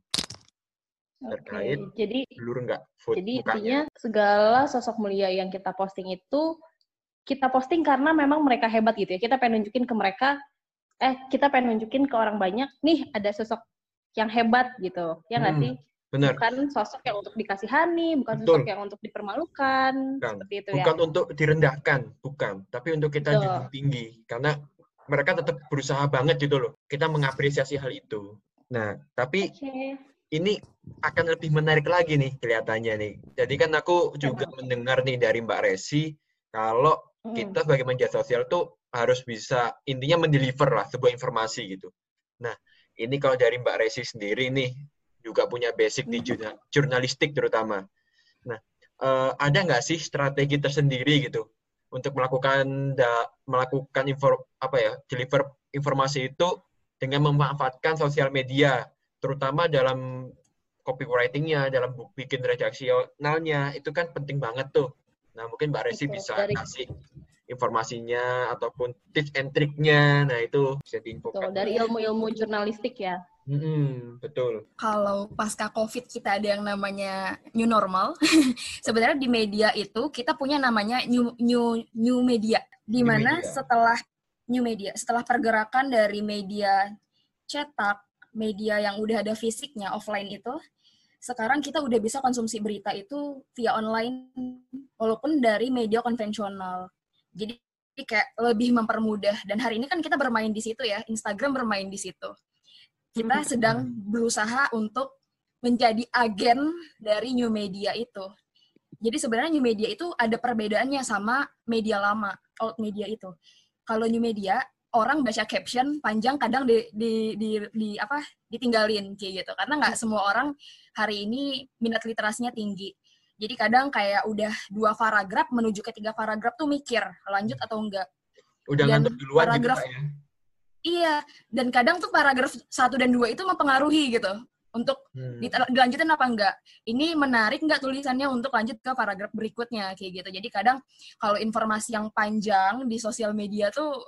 Terkait okay. jadi, blur nggak food jadi mukanya. Intinya segala sosok mulia yang kita posting itu, kita posting karena memang mereka hebat gitu ya. Kita pengen nunjukin ke mereka, eh kita pengen nunjukin ke orang banyak, nih ada sosok yang hebat gitu. Ya nggak hmm. sih? Benar. Bukan sosok yang untuk dikasihani, bukan Betul. sosok yang untuk dipermalukan, bukan. seperti itu bukan ya. untuk direndahkan, bukan. Tapi untuk kita Betul. junjung tinggi. Karena mereka tetap berusaha banget gitu loh. Kita mengapresiasi hal itu. Nah, tapi okay. ini akan lebih menarik lagi nih kelihatannya nih. Jadi kan aku juga Betul. mendengar nih dari Mbak Resi, kalau hmm. kita sebagai media sosial tuh harus bisa, intinya mendeliver lah sebuah informasi gitu. Nah, ini kalau dari Mbak Resi sendiri nih, juga punya basic di jurnal, jurnalistik terutama. Nah, uh, ada nggak sih strategi tersendiri gitu untuk melakukan da, melakukan info, apa ya deliver informasi itu dengan memanfaatkan sosial media, terutama dalam copywriting-nya, dalam bikin redaksionalnya, itu kan penting banget tuh. Nah, mungkin Mbak Resi Betul, bisa dari... kasih informasinya ataupun tips and trick-nya. Nah, itu bisa diinfokan. Betul, dari ilmu-ilmu jurnalistik ya. Hmm, betul. Kalau pasca COVID kita ada yang namanya new normal. Sebenarnya di media itu kita punya namanya new new new media. Di mana setelah new media, setelah pergerakan dari media cetak, media yang udah ada fisiknya offline itu, sekarang kita udah bisa konsumsi berita itu via online walaupun dari media konvensional. Jadi kayak lebih mempermudah, dan hari ini kan kita bermain di situ ya, Instagram bermain di situ. Kita sedang berusaha untuk menjadi agen dari new media itu. Jadi sebenarnya new media itu ada perbedaannya sama media lama, old media itu. Kalau new media, orang baca caption panjang kadang di, di, di, di apa ditinggalin kayak gitu. Karena nggak semua orang hari ini minat literasinya tinggi. Jadi kadang kayak udah dua paragraf menuju ke tiga paragraf tuh mikir lanjut atau enggak. Udah dan ngantuk duluan paragraf, gitu ya. Iya, dan kadang tuh paragraf satu dan dua itu mempengaruhi gitu. Untuk hmm. dilanjutin apa enggak. Ini menarik enggak tulisannya untuk lanjut ke paragraf berikutnya, kayak gitu. Jadi kadang kalau informasi yang panjang di sosial media tuh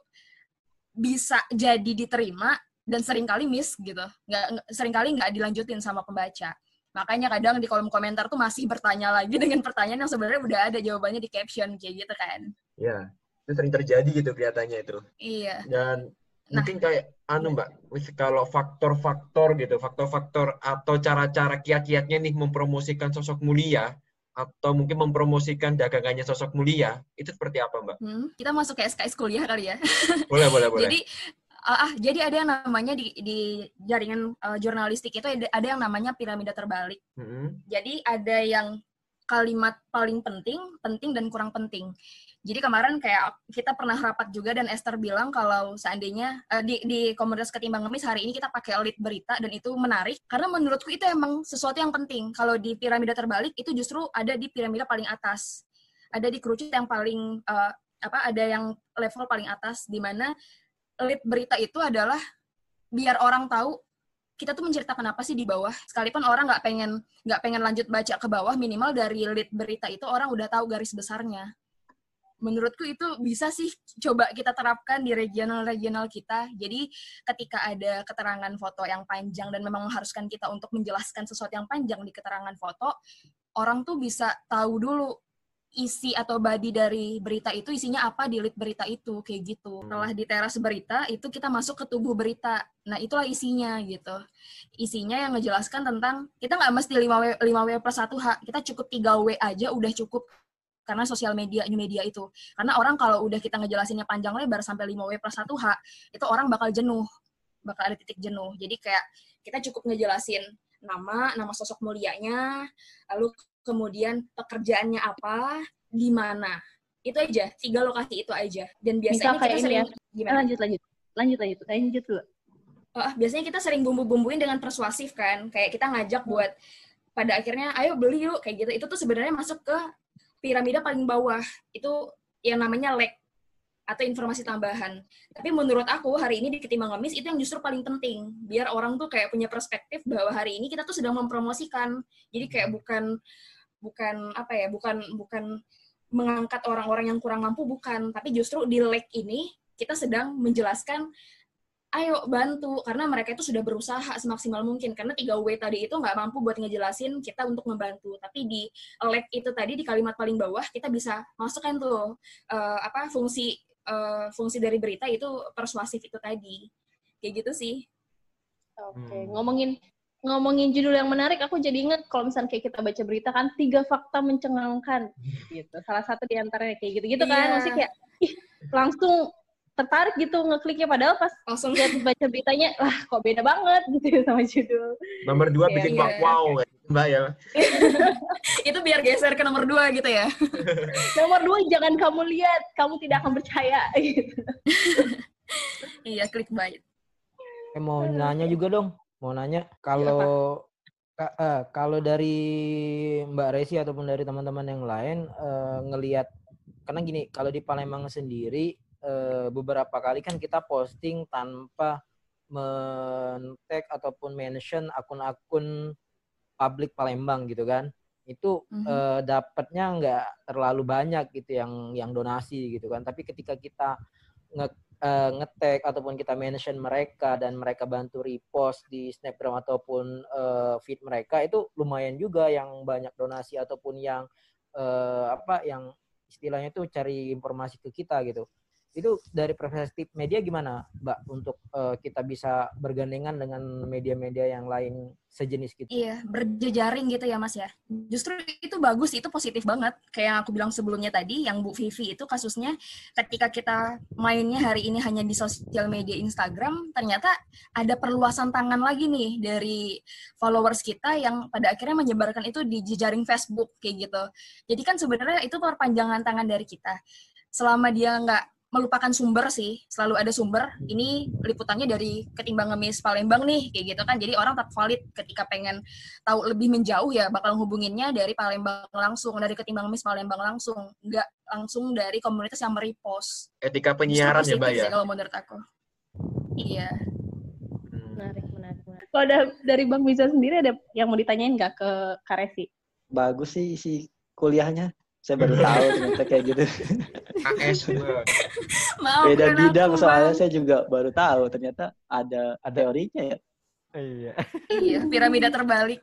bisa jadi diterima dan seringkali miss gitu. Nggak, seringkali nggak dilanjutin sama pembaca. Makanya kadang di kolom komentar tuh masih bertanya lagi dengan pertanyaan yang sebenarnya udah ada jawabannya di caption, kayak gitu kan. Iya, itu sering terjadi gitu kelihatannya itu. Iya. Dan Nah, mungkin kayak anu Mbak, kalau faktor-faktor gitu, faktor-faktor atau cara-cara kiat-kiatnya nih mempromosikan sosok mulia, atau mungkin mempromosikan dagangannya Sosok Mulia, itu seperti apa, Mbak? Hmm, kita masuk ke S K S kuliah kali ya. Boleh, boleh, boleh. Jadi uh, ah jadi ada yang namanya di di jaringan uh, jurnalistik itu ada, ada yang namanya piramida terbalik. Hmm. Jadi ada yang kalimat paling penting, penting dan kurang penting. Jadi kemarin kayak kita pernah rapat juga dan Esther bilang kalau seandainya uh, di di komunitas Ketimbang Ngemis hari ini kita pakai lead berita dan itu menarik karena menurutku itu emang sesuatu yang penting. Kalau di piramida terbalik itu justru ada di piramida paling atas. Ada di kerucut yang paling uh, apa ada yang level paling atas di mana lead berita itu adalah biar orang tahu kita tuh menceritakan apa sih di bawah. Sekalipun orang nggak pengen nggak pengen lanjut baca ke bawah, minimal dari lead berita itu orang udah tahu garis besarnya. Menurutku itu bisa sih coba kita terapkan di regional-regional kita. Jadi ketika ada keterangan foto yang panjang dan memang mengharuskan kita untuk menjelaskan sesuatu yang panjang di keterangan foto, orang tuh bisa tahu dulu isi atau body dari berita itu isinya apa di lead berita itu, kayak gitu. Setelah di teras berita, itu kita masuk ke tubuh berita. Nah, itulah isinya gitu. Isinya yang ngejelaskan tentang, kita nggak mesti lima W plus satu H, kita cukup tiga W aja udah cukup. Karena sosial media, new media itu. Karena orang kalau udah kita ngejelasinnya panjang lebar sampai lima W plus satu H, itu orang bakal jenuh. Bakal ada titik jenuh. Jadi kayak kita cukup ngejelasin nama, nama sosok mulianya, lalu kemudian pekerjaannya apa, di mana. Itu aja, tiga lokasi itu aja. Dan biasanya Misal kita sering... ya. Gimana? Lanjut, lanjut. Lanjut, lanjut. Lanjut dulu. Uh, biasanya kita sering bumbu-bumbuin dengan persuasif kan. Kayak kita ngajak buat, pada akhirnya, ayo beli yuk, kayak gitu. Itu tuh sebenarnya masuk ke piramida paling bawah, itu yang namanya leg atau informasi tambahan. Tapi menurut aku hari ini di Ketimbang Ngemis itu yang justru paling penting, biar orang tuh kayak punya perspektif bahwa hari ini kita tuh sedang mempromosikan. Jadi kayak bukan bukan apa ya, bukan bukan mengangkat orang-orang yang kurang mampu, bukan, tapi justru di leg ini kita sedang menjelaskan ayo bantu, karena mereka itu sudah berusaha semaksimal mungkin, karena tiga W tadi itu nggak mampu buat ngejelasin kita untuk membantu, tapi di leg itu tadi, di kalimat paling bawah, kita bisa masukkan tuh, uh, apa, fungsi uh, fungsi dari berita itu persuasif itu tadi, kayak gitu sih. Oke, okay. hmm. ngomongin ngomongin judul yang menarik, aku jadi inget kalau misalnya kayak kita baca berita kan, tiga fakta mencengangkan, gitu, salah satu di antaranya kayak gitu-gitu kan, yeah. Maksudnya kayak, ih, langsung tertarik gitu ngekliknya, padahal pas langsung lihat baca beritanya, lah kok beda banget gitu sama judul. Nomor dua bikin iya. wow, Mbak ya. Itu biar geser ke nomor dua gitu ya. Nomor dua jangan kamu lihat, kamu tidak akan percaya gitu. Iya, clickbait. Eh, mau nanya juga dong, mau nanya kalau ka, eh, kalau dari Mbak Resi ataupun dari teman-teman yang lain eh, ngelihat, karena gini, kalau di Palembang sendiri Uh, beberapa kali kan kita posting tanpa men-tag ataupun mention akun-akun publik Palembang gitu kan, itu mm-hmm. uh, dapatnya nggak terlalu banyak gitu yang yang donasi gitu kan, tapi ketika kita nge uh, nge-tag ataupun kita mention mereka dan mereka bantu repost di Snapgram ataupun uh, feed mereka, itu lumayan juga yang banyak donasi ataupun yang uh, apa yang istilahnya tuh cari informasi ke kita gitu. Itu dari perspektif media gimana, Mbak, untuk uh, kita bisa bergandengan dengan media-media yang lain sejenis gitu? Iya, berjejaring gitu ya, Mas ya. Justru itu bagus, itu positif banget. Kayak yang aku bilang sebelumnya tadi, yang Bu Vivi itu kasusnya ketika kita mainnya hari ini hanya di sosial media Instagram, ternyata ada perluasan tangan lagi nih dari followers kita yang pada akhirnya menyebarkan itu di jejaring Facebook kayak gitu. Jadi kan sebenarnya itu perpanjangan tangan dari kita. Selama dia nggak melupakan sumber sih, selalu ada sumber. Ini liputannya dari Ketimbang Ngemis Palembang nih, kayak gitu kan. Jadi orang tetap valid ketika pengen tahu lebih menjauh ya, bakal hubunginnya dari Palembang langsung, dari Ketimbang Ngemis Palembang langsung, nggak langsung dari komunitas yang merepost. Etika penyiaran ya, Mbak ya? Kalau menurut aku. Iya. Menarik, menarik, menarik. Kalau dari Bang Miza sendiri ada yang mau ditanyain nggak ke Karesi? Bagus sih isi kuliahnya. Saya baru tahu ternyata kayak gitu. A S juga. Beda bidang soalnya saya juga baru tahu ternyata ada ada teorinya ya. Iya. Iya, piramida terbalik.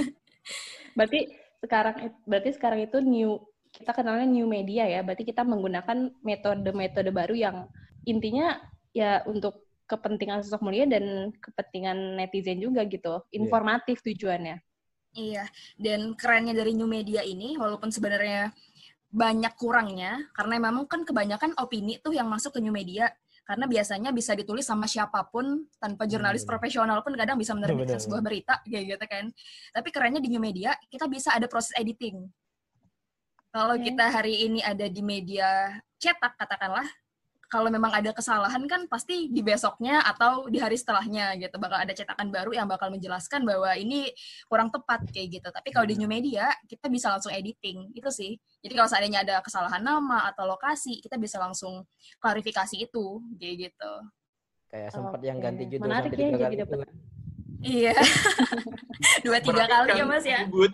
Berarti sekarang berarti sekarang itu new, kita kenalnya new media ya. Berarti kita menggunakan metode-metode baru yang intinya ya untuk kepentingan sosok mulia dan kepentingan netizen juga gitu. Informatif yeah. tujuannya. Iya, dan kerennya dari new media ini, walaupun sebenarnya banyak kurangnya, karena memang kan kebanyakan opini tuh yang masuk ke new media, karena biasanya bisa ditulis sama siapapun, tanpa jurnalis Hmm. profesional pun kadang bisa menerbitkan Benar, sebuah benar. berita, kayak gitu kan. Tapi kerennya di new media, kita bisa ada proses editing. Kalau Oke. kita hari ini ada di media cetak, katakanlah, kalau memang ada kesalahan kan pasti di besoknya atau di hari setelahnya gitu bakal ada cetakan baru yang bakal menjelaskan bahwa ini kurang tepat kayak gitu. Tapi kalau di new media kita bisa langsung editing itu sih. Jadi kalau seandainya ada kesalahan nama atau lokasi kita bisa langsung klarifikasi itu kayak gitu. Kayak sempat yang Oke. ganti judul Menarik sampai ya, tiga jadi kali itu dapet- kan. Iya. Dua tiga kali ya Mas ya. Bud.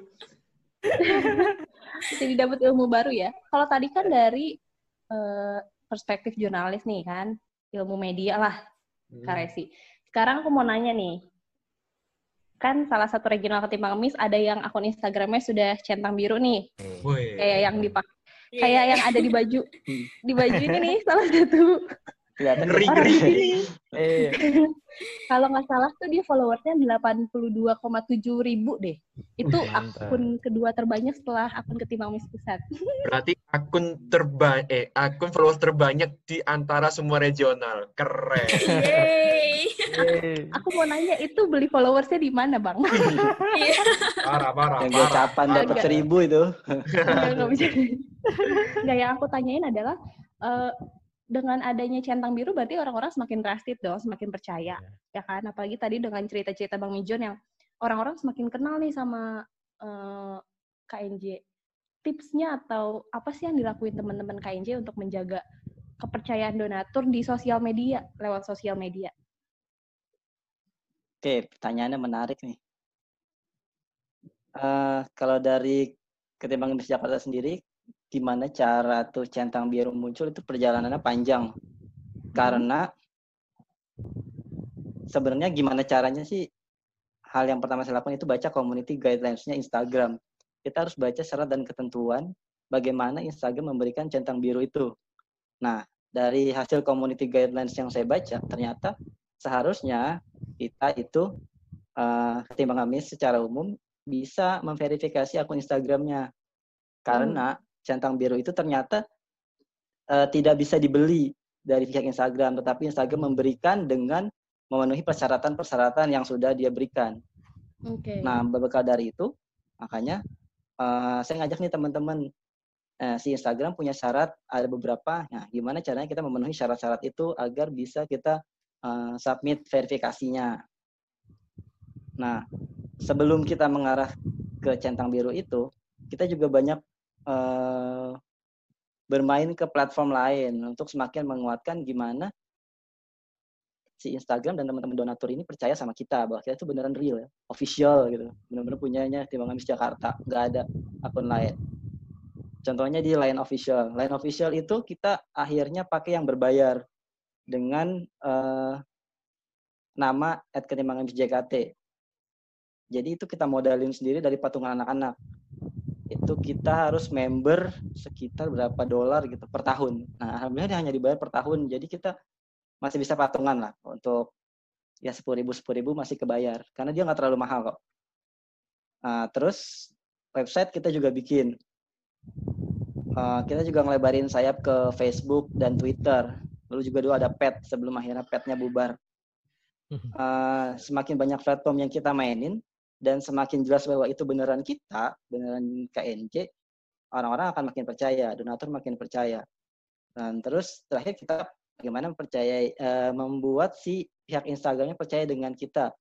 Jadi dapat ilmu baru ya. Kalau tadi kan dari eh, perspektif jurnalis nih kan, ilmu media lah, Kak Hmm. Resi. Sekarang aku mau nanya nih, kan salah satu regional Ketimbang Ngemis ada yang akun Instagramnya sudah centang biru nih, Woi. kayak yang dipakai, Iya. kayak yang ada di baju, di baju ini nih salah satu Kelihatan Ngeri, orang ngeri. di sini. Eh, Kalau nggak salah tuh dia followersnya delapan puluh dua koma tujuh ribu deh. Itu Mantap. akun kedua terbanyak setelah akun Ketimbang Ngemis Pusat. Berarti akun terbanyak, eh, akun followers terbanyak di antara semua regional. Keren. Yeay. eh. Aku mau nanya itu beli followersnya di mana, Bang? Iya. Parah, parah, yang parah. gocapan dapat Agak. seribu itu. Enggak, enggak bisa. Enggak, yang aku tanyain adalah eh, dengan adanya centang biru berarti orang-orang semakin trusted dong, semakin percaya. Ya kan? Apalagi tadi dengan cerita-cerita Bang Mijon yang orang-orang semakin kenal nih sama eh, K N J. Tipsnya atau apa sih yang dilakuin teman-teman K N J untuk menjaga kepercayaan donatur di sosial media, lewat sosial media? Oke, pertanyaannya menarik nih. Eh, kalau dari Ketimbang Ngemis Jakarta sendiri, gimana cara tuh centang biru muncul itu perjalanannya panjang. Karena sebenarnya gimana caranya sih, hal yang pertama saya lakukan itu baca community guidelines-nya Instagram. Kita harus baca syarat dan ketentuan bagaimana Instagram memberikan centang biru itu. Nah, dari hasil community guidelines yang saya baca, ternyata seharusnya kita itu uh, Ketimbang Ngemis secara umum bisa memverifikasi akun Instagramnya. Karena centang biru itu ternyata uh, tidak bisa dibeli dari pihak Instagram, tetapi Instagram memberikan dengan memenuhi persyaratan-persyaratan yang sudah dia berikan. Oke. Nah, berbekal dari itu, makanya uh, saya ngajak nih teman-teman, uh, si Instagram punya syarat, ada beberapa, nah gimana caranya kita memenuhi syarat-syarat itu agar bisa kita uh, submit verifikasinya. Nah, sebelum kita mengarah ke centang biru itu, kita juga banyak uh, bermain ke platform lain untuk semakin menguatkan gimana si Instagram dan teman-teman donatur ini percaya sama kita bahwa kita itu beneran real, ya, official gitu, bener-bener punyanya Ketimbang Ngemis Jakarta, nggak ada akun lain. Contohnya di Line Official. Line Official itu kita akhirnya pakai yang berbayar dengan uh, nama at Ketimbang Ngemis J K T. Jadi itu kita modalin sendiri dari patungan anak-anak. Itu kita harus member sekitar berapa dolar gitu per tahun. Nah, alhamdulillah dia hanya dibayar per tahun. Jadi kita masih bisa patungan lah untuk ya sepuluh ribu sepuluh ribu masih kebayar karena dia nggak terlalu mahal kok. Nah, terus website kita juga bikin. Uh, kita juga ngelebarin sayap ke Facebook dan Twitter. Lalu juga dulu ada Pet sebelum akhirnya Petnya bubar. Uh, semakin banyak platform yang kita mainin dan semakin jelas bahwa itu beneran kita, beneran K N J, orang-orang akan makin percaya, donatur makin percaya. Dan terus terakhir kita bagaimana mempercayai, uh, membuat si pihak Instagramnya percaya dengan kita.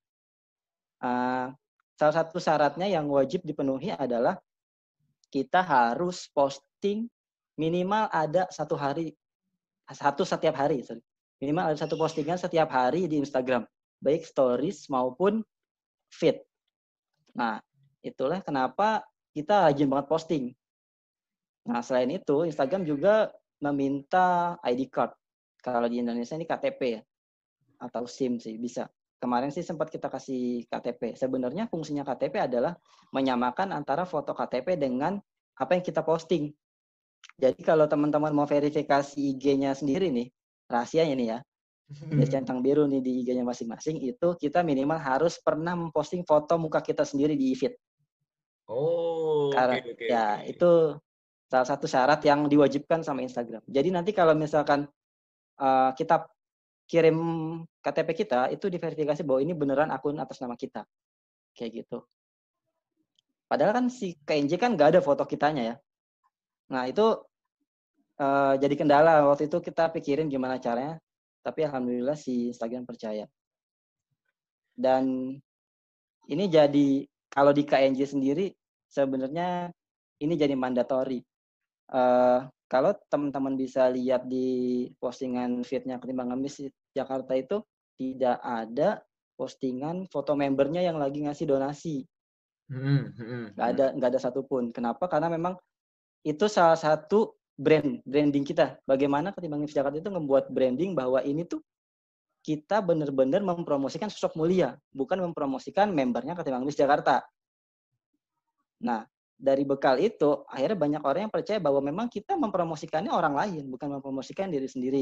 Uh, salah satu syaratnya yang wajib dipenuhi adalah kita harus posting minimal ada satu hari, satu setiap hari, sorry. Minimal ada satu postingan setiap hari di Instagram, baik stories maupun feed. Nah, itulah kenapa kita rajin banget posting. Nah, selain itu, Instagram juga meminta I D card. Kalau di Indonesia ini K T P ya, atau SIM sih bisa. Kemarin sih sempat kita kasih K T P. Sebenarnya fungsinya K T P adalah menyamakan antara foto K T P dengan apa yang kita posting. Jadi kalau teman-teman mau verifikasi I G-nya sendiri nih, rahasianya nih ya, ya centang biru nih di I G-nya masing-masing, itu kita minimal harus pernah memposting foto muka kita sendiri di feed. Oh, oke Karena oke ya oke. itu salah satu syarat yang diwajibkan sama Instagram. Jadi nanti kalau misalkan uh, kita kirim K T P kita, itu diverifikasi bahwa ini beneran akun atas nama kita. Kayak gitu. Padahal kan si K N J kan nggak ada foto kitanya ya. Nah itu uh, jadi kendala. Waktu itu kita pikirin gimana caranya. Tapi alhamdulillah si Instagram percaya. Dan ini jadi, kalau di K N J sendiri, sebenarnya ini jadi mandatory. Uh, kalau teman-teman bisa lihat di postingan feed-nya Ketimbang Ngemis Jakarta itu, tidak ada postingan foto membernya yang lagi ngasih donasi. Hmm, hmm, Nggak hmm. ada, nggak ada satupun. Kenapa? Karena memang itu salah satu brand, branding kita. Bagaimana Ketimbang Ngemis Jakarta itu membuat branding bahwa ini tuh kita benar-benar mempromosikan sosok mulia, bukan mempromosikan membernya Ketimbang Ngemis Jakarta. Nah, dari bekal itu, akhirnya banyak orang yang percaya bahwa memang kita mempromosikannya orang lain, bukan mempromosikan diri sendiri.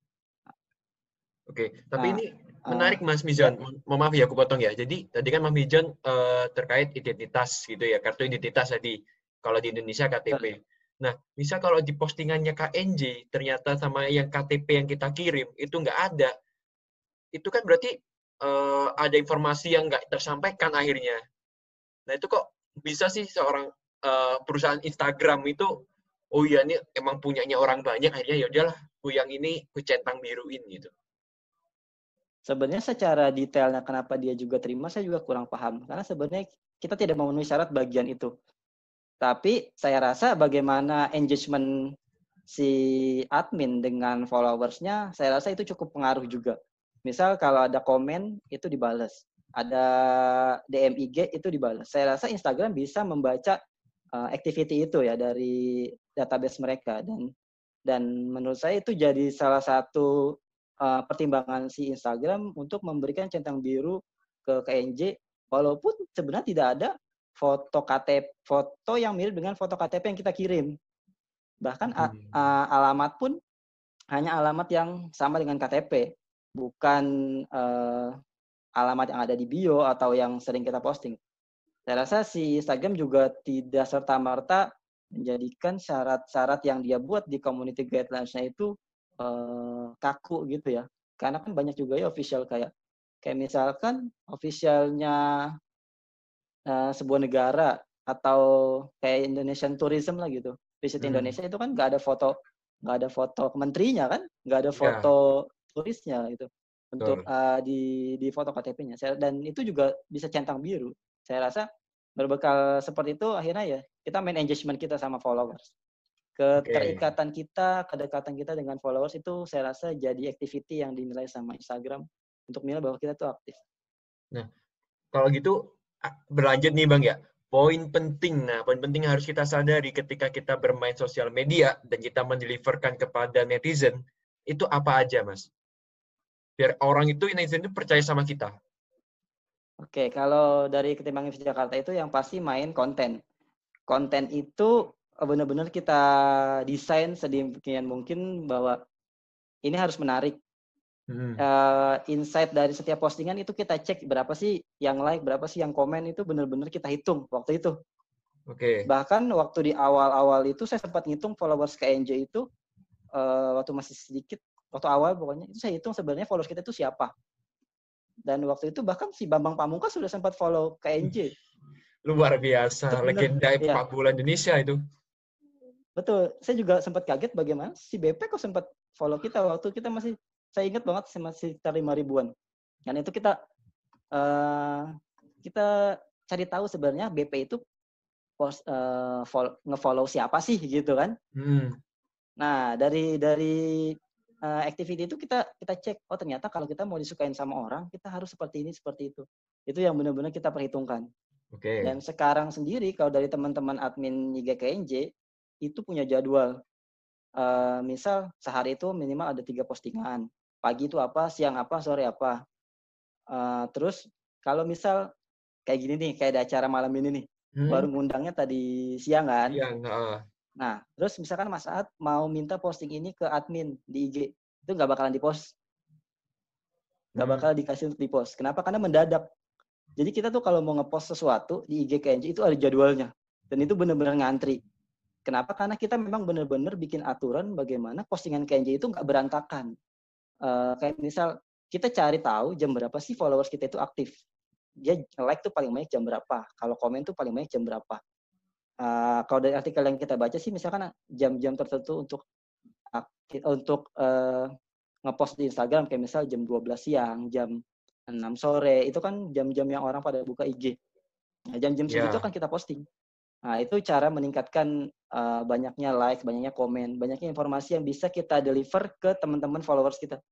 Oke, tapi Nah, ini uh, menarik Mas ya, Mizan. Mo- Maaf ya aku potong ya. Jadi tadi kan Mas Mizan eh, terkait identitas gitu ya, kartu identitas tadi. Kalau di Indonesia K T P. Nah, misal kalau di postingannya K N J ternyata sama yang K T P yang kita kirim itu nggak ada, itu kan berarti eh, ada informasi yang nggak tersampaikan akhirnya. Nah itu kok bisa sih seorang eh, perusahaan Instagram itu, oh iya ini emang punyanya orang banyak, akhirnya ya udahlah, gue yang ini gue centang biruin gitu. sebenarnya secara detailnya kenapa dia juga terima, saya juga kurang paham. Karena sebenarnya kita tidak memenuhi syarat bagian itu. Tapi saya rasa bagaimana engagement si admin dengan followersnya, saya rasa itu cukup pengaruh juga. Misal kalau ada komen, itu dibales. Ada D M I G, itu dibales. Saya rasa Instagram bisa membaca uh, activity itu ya dari database mereka. Dan dan menurut saya itu jadi salah satu uh, pertimbangan si Instagram untuk memberikan centang biru ke K N J, walaupun sebenarnya tidak ada foto K T P, foto yang mirip dengan foto K T P yang kita kirim. Bahkan a, a, alamat pun hanya alamat yang sama dengan K T P, bukan uh, alamat yang ada di bio atau yang sering kita posting. Saya rasa si Instagram juga tidak serta-merta menjadikan syarat-syarat yang dia buat di community guidelines-nya itu uh, kaku gitu ya. Karena kan banyak juga ya official kayak kayak misalkan officialnya uh, sebuah negara atau kayak Indonesian Tourism lah gitu. Visit Hmm. Indonesia itu kan nggak ada foto nggak ada foto kementerinya kan, nggak ada foto ya. Turisnya gitu untuk uh, di di foto K T P-nya. Dan itu juga bisa centang biru. Saya rasa berbekal seperti itu akhirnya ya kita main engagement kita sama followers. Keterikatan kita, kedekatan kita dengan followers itu saya rasa jadi activity yang dinilai sama Instagram untuk menilai bahwa kita tuh aktif. Nah, kalau gitu berlanjut nih Bang ya. Poin penting, nah poin penting yang harus kita sadari ketika kita bermain sosial media dan kita mendeliverkan kepada netizen, itu apa aja Mas? Biar orang itu, netizen itu percaya sama kita. Oke, kalau dari Ketimbang Ngemis Jakarta itu yang pasti main konten. Konten itu benar-benar kita desain sedemikian mungkin bahwa ini harus menarik. Hmm. Uh, insight dari setiap postingan itu kita cek berapa sih yang like, berapa sih yang komen, itu benar-benar kita hitung waktu itu. Oke. Okay. Bahkan waktu di awal-awal itu saya sempat ngitung followers K N J itu uh, waktu masih sedikit, waktu awal pokoknya itu saya hitung sebenarnya followers kita itu siapa. Dan waktu itu bahkan si Bambang Pamungkas sudah sempat follow K N J. Luar biasa, legenda sepak bola Indonesia itu. Betul, saya juga sempat kaget bagaimana si B P kok sempat follow kita waktu kita masih, saya ingat banget masih sekitar lima ribuan. Dan itu kita uh, kita cari tahu sebenarnya B P itu post, uh, follow, nge-follow siapa sih gitu kan. Hmm. Nah, dari dari uh, activity itu kita kita cek, oh ternyata kalau kita mau disukain sama orang, kita harus seperti ini, seperti itu. Itu yang benar-benar kita perhitungkan. Oke. Okay. Dan sekarang sendiri kalau dari teman-teman admin I G K N J itu punya jadwal. Uh, misal sehari itu minimal ada tiga postingan. Pagi itu apa, siang apa, sore apa. Uh, terus kalau misal kayak gini nih, kayak ada acara malam ini nih, hmm. baru ngundangnya tadi siang kan. Siang. Uh. Nah, terus misalkan Mas Aad mau minta posting ini ke admin di I G, itu nggak bakalan di-post. Nggak hmm. bakal dikasih untuk di-post. Kenapa? Karena mendadak. Jadi kita tuh kalau mau ngepost sesuatu di I G K N J itu ada jadwalnya. Dan itu benar-benar ngantri. Kenapa? Karena kita memang benar-benar bikin aturan bagaimana postingan K N J itu nggak berantakan. Uh, kayak misal, kita cari tahu jam berapa sih followers kita itu aktif. Dia like tuh paling banyak jam berapa. Kalau komen tuh paling banyak jam berapa. Uh, kalau dari artikel yang kita baca sih, misalkan jam-jam tertentu untuk untuk uh, ngepost di Instagram, kayak misal jam dua belas siang, jam enam sore, itu kan jam-jam yang orang pada buka I G. Nah, jam-jam Yeah. segitu kan kita posting. Nah, itu cara meningkatkan uh, banyaknya like, banyaknya komen, banyaknya informasi yang bisa kita deliver ke teman-teman followers kita.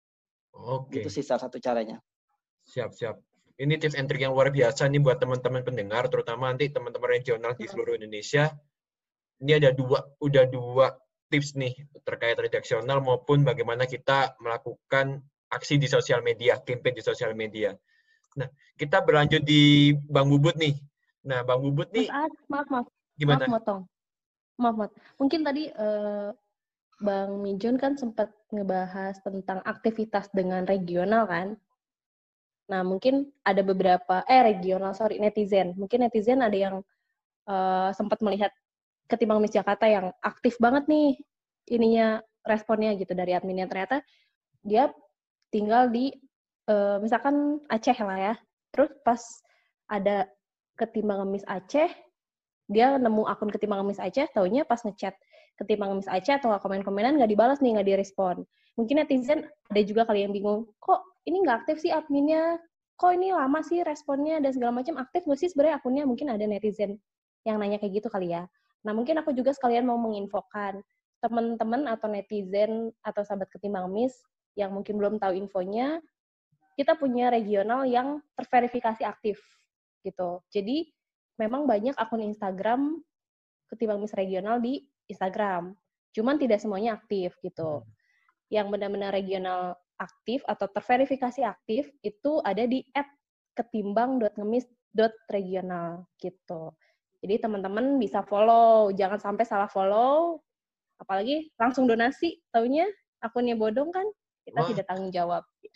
Oke. Itu sih salah satu caranya. Siap-siap. Ini tips and trick yang luar biasa nih buat teman-teman pendengar, terutama nanti teman-teman regional di seluruh Indonesia. Ini ada dua, udah dua tips nih terkait redaksional maupun bagaimana kita melakukan aksi di sosial media, campaign di sosial media. Nah, kita berlanjut di Bang Bubut nih. Nah, Bang Bubut nih, Mas Aat, maaf, maaf. gimana? Maaf, motong. Maaf, maaf. Mungkin tadi uh, Bang Mijon kan sempat ngebahas tentang aktivitas dengan regional kan? Nah, mungkin ada beberapa, eh regional, sorry, netizen. Mungkin netizen ada yang uh, sempat melihat Ketimbang Ngemis Jakarta yang aktif banget nih ininya, responnya gitu dari adminnya. Ternyata dia tinggal di, uh, misalkan Aceh lah ya. Terus pas ada Ketimbang Ngemis Aceh, dia nemu akun Ketimbang Ngemis Aceh, taunya pas ngechat Ketimbang Ngemis Aceh atau komen-komenan nggak dibalas nih, nggak direspon. Mungkin netizen ada juga kali yang bingung, kok ini nggak aktif sih adminnya, kok ini lama sih responnya, dan segala macam, aktif nggak sih sebenarnya akunnya? Mungkin ada netizen yang nanya kayak gitu kali ya. Nah, mungkin aku juga sekalian mau menginfokan teman-teman atau netizen atau sahabat Ketimbang Ngemis yang mungkin belum tahu infonya, kita punya regional yang terverifikasi aktif gitu. Jadi, memang banyak akun Instagram Ketimbang Ngemis regional di Instagram. Cuman tidak semuanya aktif gitu. Yang benar-benar regional aktif atau terverifikasi aktif itu ada di et ketimbang dot ngemis dot regional gitu. Jadi teman-teman bisa follow, jangan sampai salah follow, apalagi langsung donasi, taunya akunnya bodong kan, kita Wah. tidak tanggung jawab. Gitu.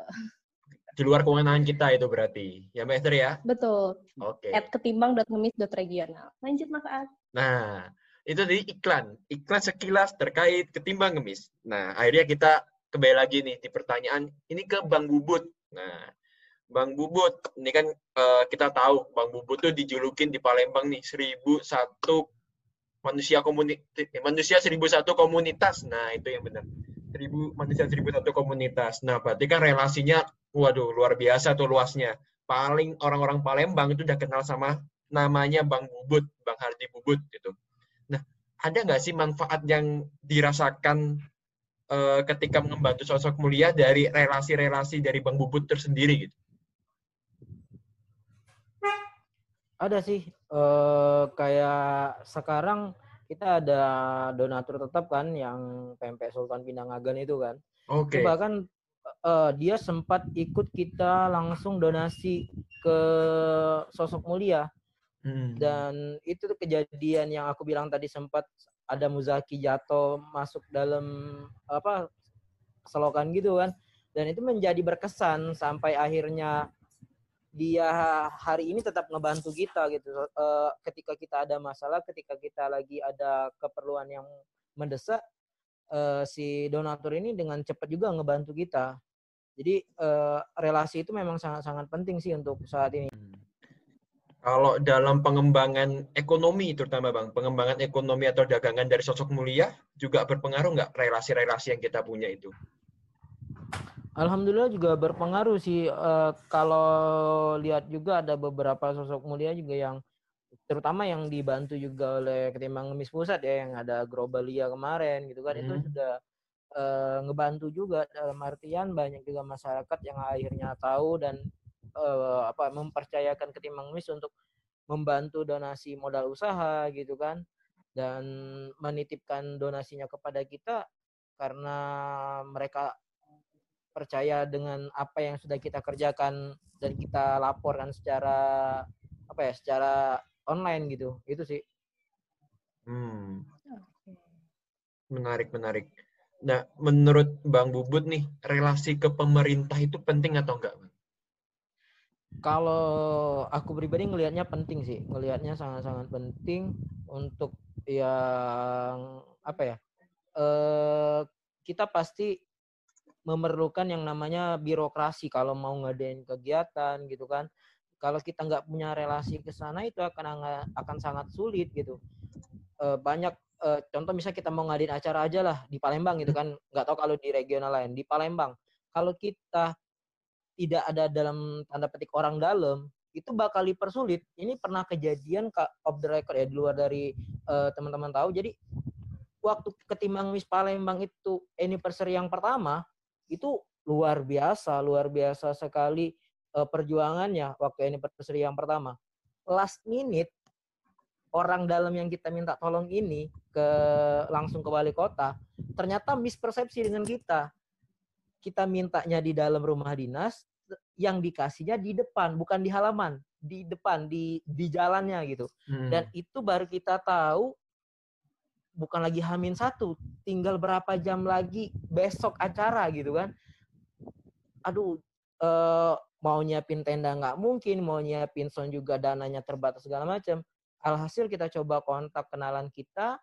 Di luar kewenangan kita itu berarti, ya Mbak Esther ya? Betul. Oke. et ketimbang dot ngemis dot regional. Lanjut Mas Aat. Nah, itu tadi iklan. Iklan sekilas terkait Ketimbang Ngemis. Nah, akhirnya kita kembali lagi nih di pertanyaan, ini ke Bang Bubut. Nah, Bang Bubut, ini kan uh, kita tahu Bang Bubut tuh dijulukin di Palembang nih seribu satu manusia komunitas, manusia seribu satu komunitas. Nah, itu yang benar. Seribu manusia seribu satu komunitas. Nah, berarti kan relasinya, waduh, luar biasa tuh luasnya. Paling orang-orang Palembang itu udah kenal sama namanya Bang Bubut, Bang Hardi Bubut gitu. Nah, ada nggak sih manfaat yang dirasakan uh, ketika membantu sosok mulia dari relasi-relasi dari Bang Bubut tersendiri gitu? Ada sih, eh, kayak sekarang kita ada donatur tetap kan yang P M P Sultan Pindangagan itu kan. Oke. Itu bahkan eh, dia sempat ikut kita langsung donasi ke sosok mulia. Hmm. Dan itu tuh kejadian yang aku bilang tadi, sempat ada Muzaki jatuh masuk dalam apa selokan gitu kan. Dan itu menjadi berkesan sampai akhirnya dia hari ini tetap ngebantu kita gitu. Uh, ketika kita ada masalah, ketika kita lagi ada keperluan yang mendesak, uh, si donatur ini dengan cepat juga ngebantu kita. Jadi uh, relasi itu memang sangat-sangat penting sih untuk saat ini. Kalau dalam pengembangan ekonomi terutama Bang, pengembangan ekonomi atau dagangan dari sosok mulia juga berpengaruh nggak relasi-relasi yang kita punya itu? Alhamdulillah juga berpengaruh sih. Uh, kalau lihat juga ada beberapa sosok mulia juga yang terutama yang dibantu juga oleh Ketimbang Ngemis Pusat ya, yang ada Globalia kemarin gitu kan. Hmm. Itu sudah uh, ngebantu juga, dalam artian banyak juga masyarakat yang akhirnya tahu dan uh, apa mempercayakan Ketimbang Ngemis untuk membantu donasi modal usaha gitu kan, dan menitipkan donasinya kepada kita karena mereka percaya dengan apa yang sudah kita kerjakan dan kita laporkan secara apa ya, secara online gitu. Itu sih. Hmm. Menarik, menarik. Nah, menurut Bang Bubut nih, relasi ke pemerintah itu penting atau enggak? Kalau aku pribadi ngelihatnya penting sih, ngelihatnya sangat-sangat penting untuk yang apa ya? Eh, kita pasti memerlukan yang namanya birokrasi kalau mau ngadain kegiatan gitu kan. Kalau kita nggak punya relasi ke sana itu akan akan sangat sulit gitu. E, banyak e, contoh misalnya kita mau ngadain acara aja lah di Palembang gitu kan, nggak tahu kalau di regional lain. Di Palembang kalau kita tidak ada dalam tanda petik orang dalam, itu bakal dipersulit. Ini pernah kejadian off the record ya, di luar dari e, teman-teman tahu. Jadi waktu ketimbang Miss Palembang itu anniversary yang pertama, itu luar biasa, luar biasa sekali uh, perjuangannya waktu anniversary yang pertama. Last minute, orang dalam yang kita minta tolong ini ke langsung ke wali kota, ternyata mispersepsi dengan kita. Kita mintanya di dalam rumah dinas, yang dikasihnya di depan, bukan di halaman, di depan, di di jalannya gitu. Hmm. Dan itu baru kita tahu bukan lagi Hamin satu, tinggal berapa jam lagi besok acara gitu kan. Aduh, eh, mau nyiapin tenda nggak mungkin, mau nyiapin sound juga dananya terbatas segala macam. Alhasil kita coba kontak kenalan kita,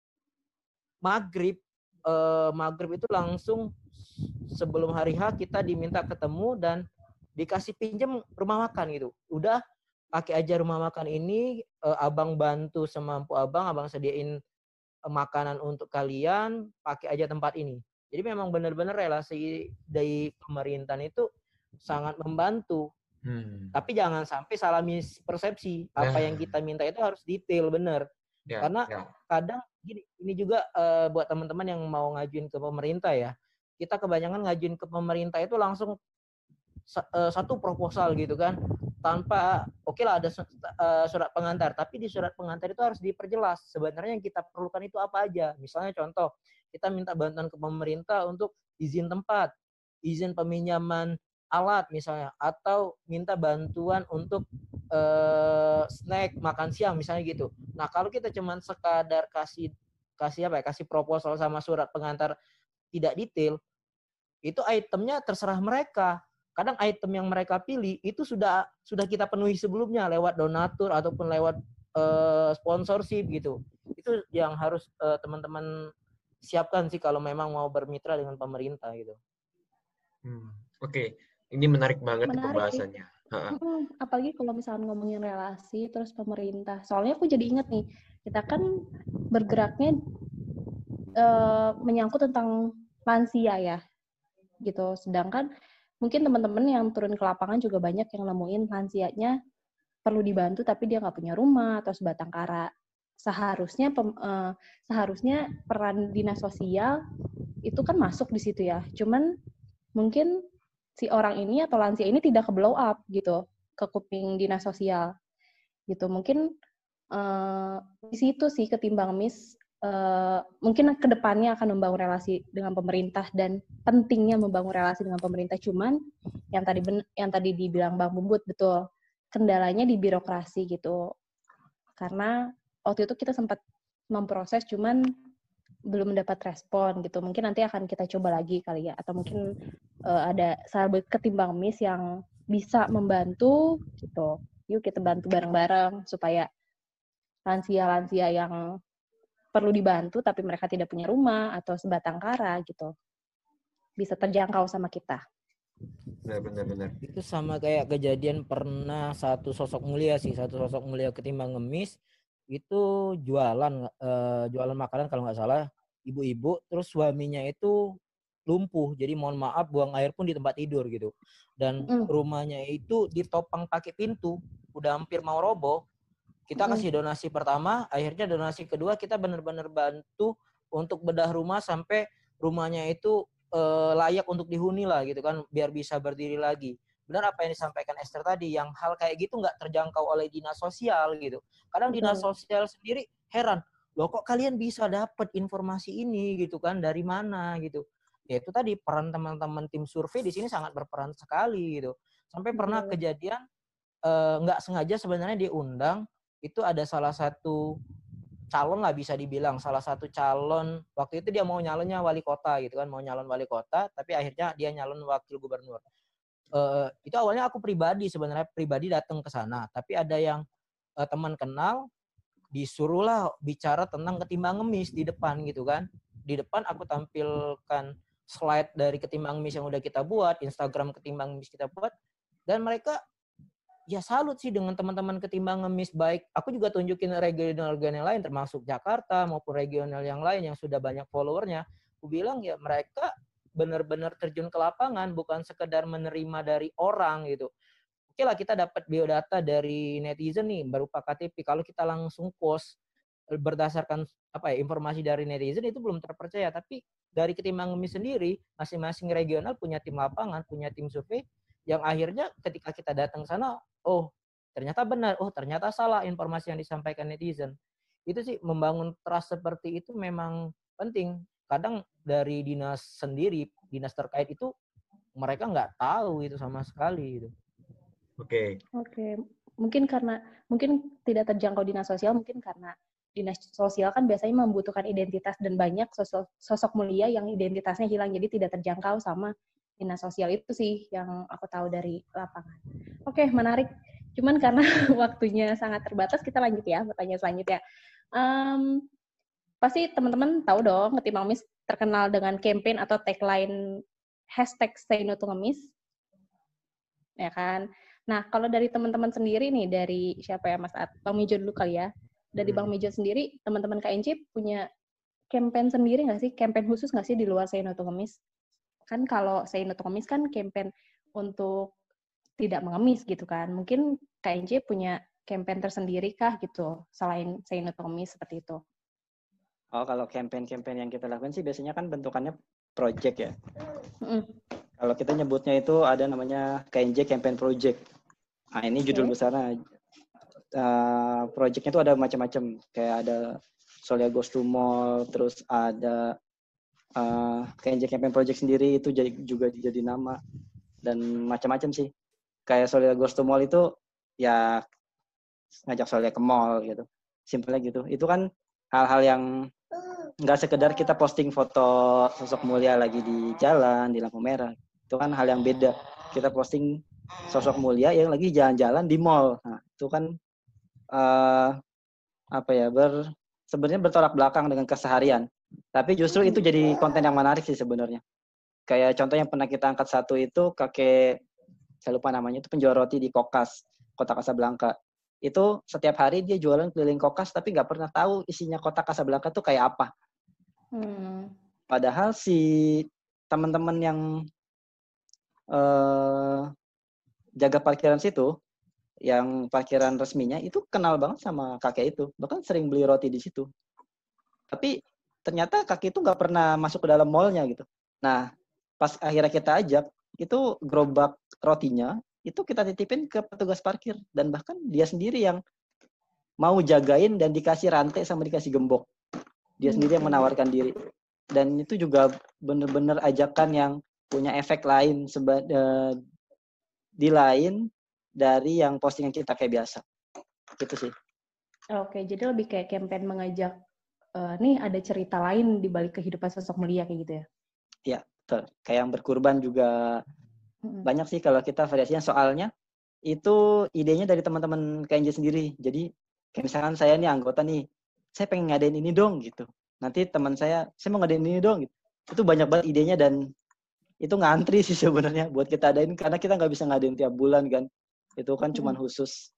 maghrib, eh, maghrib itu langsung sebelum hari H kita diminta ketemu dan dikasih pinjem rumah makan gitu. Udah pakai aja rumah makan ini, eh, abang bantu semampu abang, abang sediain makanan untuk kalian, pakai aja tempat ini. Jadi memang benar-benar relasi dari pemerintahan itu sangat membantu. Hmm. Tapi jangan sampai salah mispersepsi. Apa ya. Yang kita minta itu harus detail benar. Ya, Karena ya. kadang gini, ini juga uh, buat teman-teman yang mau ngajuin ke pemerintah ya. Kita kebanyakan ngajuin ke pemerintah itu langsung uh, satu proposal gitu kan. Tanpa, oke okay lah ada uh, surat pengantar, tapi di surat pengantar itu harus diperjelas sebenarnya yang kita perlukan itu apa aja. Misalnya contoh, kita minta bantuan ke pemerintah untuk izin tempat, izin peminjaman alat misalnya, atau minta bantuan untuk uh, snack, makan siang misalnya gitu. Nah kalau kita cuman sekadar kasih kasih apa ya, kasih proposal sama surat pengantar tidak detail, itu itemnya terserah mereka. Kadang item yang mereka pilih itu sudah sudah kita penuhi sebelumnya lewat donatur ataupun lewat uh, sponsorship gitu. Itu yang harus uh, teman-teman siapkan sih kalau memang mau bermitra dengan pemerintah gitu. Hmm, Oke, okay. Ini menarik banget menarik, pembahasannya. Hmm, apalagi kalau misalnya ngomongin relasi terus pemerintah. Soalnya aku jadi ingat nih, kita kan bergeraknya uh, menyangkut tentang lansia ya, gitu. Sedangkan mungkin teman-teman yang turun ke lapangan juga banyak yang nemuin lansianya perlu dibantu tapi dia nggak punya rumah atau sebatang kara. Seharusnya pem, uh, seharusnya peran dinas sosial itu kan masuk di situ ya. Cuman mungkin si orang ini atau lansia ini tidak ke blow up gitu ke kuping dinas sosial gitu. Mungkin uh, di situ sih ketimbang miss uh, mungkin kedepannya akan membangun relasi dengan pemerintah dan pentingnya membangun relasi dengan pemerintah. Cuman yang tadi ben, yang tadi dibilang Bang Bumbut betul, kendalanya di birokrasi gitu. Karena waktu itu kita sempat memproses cuman belum mendapat respon gitu. Mungkin nanti akan kita coba lagi kali ya, atau mungkin uh, ada sahabat ketimbang miss yang bisa membantu gitu. Yuk kita bantu bareng-bareng supaya lansia-lansia yang perlu dibantu tapi mereka tidak punya rumah atau sebatang kara gitu bisa terjangkau sama kita. Benar-benar. Itu sama kayak kejadian pernah satu sosok mulia sih, satu sosok mulia ketimbang ngemis itu jualan uh, jualan makanan kalau nggak salah, ibu-ibu, terus suaminya itu lumpuh, jadi mohon maaf buang air pun di tempat tidur gitu, dan mm. rumahnya itu ditopang pakai pintu, udah hampir mau roboh. Kita kasih donasi pertama, akhirnya donasi kedua kita benar-benar bantu untuk bedah rumah sampai rumahnya itu uh, layak untuk dihuni lah gitu kan, biar bisa berdiri lagi. Benar apa yang disampaikan Esther tadi, yang hal kayak gitu nggak terjangkau oleh dinas sosial gitu. Kadang Betul. Dinas sosial sendiri heran, loh kok kalian bisa dapat informasi ini gitu kan, dari mana gitu. Ya itu tadi peran teman-teman tim survei di sini sangat berperan sekali gitu. Sampai pernah Betul. kejadian eh, nggak sengaja sebenarnya diundang, itu ada salah satu calon lah bisa dibilang, salah satu calon, waktu itu dia mau nyalonnya wali kota gitu kan, mau nyalon wali kota, tapi akhirnya dia nyalon wakil gubernur. uh, itu awalnya aku pribadi sebenarnya pribadi datang ke sana, tapi ada yang uh, teman kenal disuruhlah bicara tentang ketimbang ngemis di depan gitu kan. Di depan aku tampilkan slide dari ketimbang ngemis yang udah kita buat, Instagram ketimbang ngemis kita buat, dan mereka ya salut sih dengan teman-teman ketimbang ngemis baik. Aku juga tunjukin regional-regional lain termasuk Jakarta maupun regional yang lain yang sudah banyak followernya. Aku bilang ya mereka benar-benar terjun ke lapangan, bukan sekedar menerima dari orang gitu. Oke lah kita dapat biodata dari netizen nih berupa K T P. Kalau kita langsung post berdasarkan apa ya informasi dari netizen itu belum terpercaya. Tapi dari ketimbang ngemis sendiri, masing-masing regional punya tim lapangan, punya tim survei yang akhirnya ketika kita datang sana, oh ternyata benar, oh ternyata salah informasi yang disampaikan netizen. Itu sih membangun trust seperti itu memang penting. Kadang dari dinas sendiri, dinas terkait itu mereka nggak tahu itu sama sekali. Gitu. Oke. Okay. Oke, okay. Mungkin karena mungkin tidak terjangkau dinas sosial, mungkin karena dinas sosial kan biasanya membutuhkan identitas dan banyak sosok, sosok mulia yang identitasnya hilang, jadi tidak terjangkau sama dinas sosial. Itu sih yang aku tahu dari lapangan. Oke, okay, menarik. Cuman karena waktunya sangat terbatas, kita lanjut ya pertanyaan selanjutnya. Um, pasti teman-teman tahu dong, Ketimbang Ngemis terkenal dengan campaign atau tagline hashtag Say No to Ngemis. Ya kan? Nah, kalau dari teman-teman sendiri nih, dari siapa ya Mas At? Bang Mijo dulu kali ya. Dari hmm. Bang Mijo sendiri, teman-teman K N C punya campaign sendiri nggak sih? Campaign khusus nggak sih di luar Say No to Ngemis? Kan kalau Say No to Ngemis kan campaign untuk tidak mengemis gitu kan. Mungkin K N C punya campaign tersendiri kah gitu, selain Say No to Ngemis seperti itu? Oh, kalau campaign-campaign yang kita lakukan sih biasanya kan bentukannya project ya. Mm. Kalau kita nyebutnya itu ada namanya K N J Campaign Project. Nah, ini judul okay. besarnya. Uh, projectnya itu ada macam-macam. Kayak ada Solia Goes to Mall, terus ada uh, K N J Campaign Project sendiri itu jadi, juga jadi nama. Dan macam-macam sih. Kayak Solia Goes to Mall itu ya ngajak Solia ke mall gitu. Simpelnya gitu. Itu kan hal-hal yang nggak sekedar kita posting foto sosok mulia lagi di jalan, di lampu merah. Itu kan hal yang beda. Kita posting sosok mulia yang lagi jalan-jalan di mall. Nah, itu kan uh, apa ya, ber sebenarnya bertolak belakang dengan keseharian. Tapi justru itu jadi konten yang menarik sih sebenarnya. Kayak contoh yang pernah kita angkat satu itu kakek, saya lupa namanya, itu penjual roti di Kokas, Kota Kasablanka. Itu setiap hari dia jualan keliling Kokas, tapi nggak pernah tahu isinya Kota Kasablanka tuh kayak apa. Hmm. Padahal si teman-teman yang uh, jaga parkiran situ, yang parkiran resminya itu kenal banget sama kakek itu, bahkan sering beli roti di situ. Tapi ternyata kakek itu nggak pernah masuk ke dalam mallnya gitu. Nah, pas akhirnya kita ajak, itu gerobak rotinya itu kita titipin ke petugas parkir, dan bahkan dia sendiri yang mau jagain dan dikasih rantai sama dikasih gembok. Dia sendiri yang menawarkan diri. Dan itu juga benar-benar ajakan yang punya efek lain seba, uh, di lain dari yang postingan kita kayak biasa. Gitu sih. Oke, jadi lebih kayak campaign mengajak, uh, nih ada cerita lain di balik kehidupan sosok mulia kayak gitu ya? Iya, betul. Kayak yang berkurban juga hmm. banyak sih kalau kita variasinya. Soalnya itu idenya dari teman-teman K N J sendiri. Jadi kayak misalkan saya nih anggota nih, saya pengen ngadain ini dong gitu. Nanti teman saya, saya mau ngadain ini dong gitu. Itu banyak banget idenya dan itu ngantri sih sebenarnya buat kita adain, karena kita nggak bisa ngadain tiap bulan kan. Itu kan cuman hmm. khusus.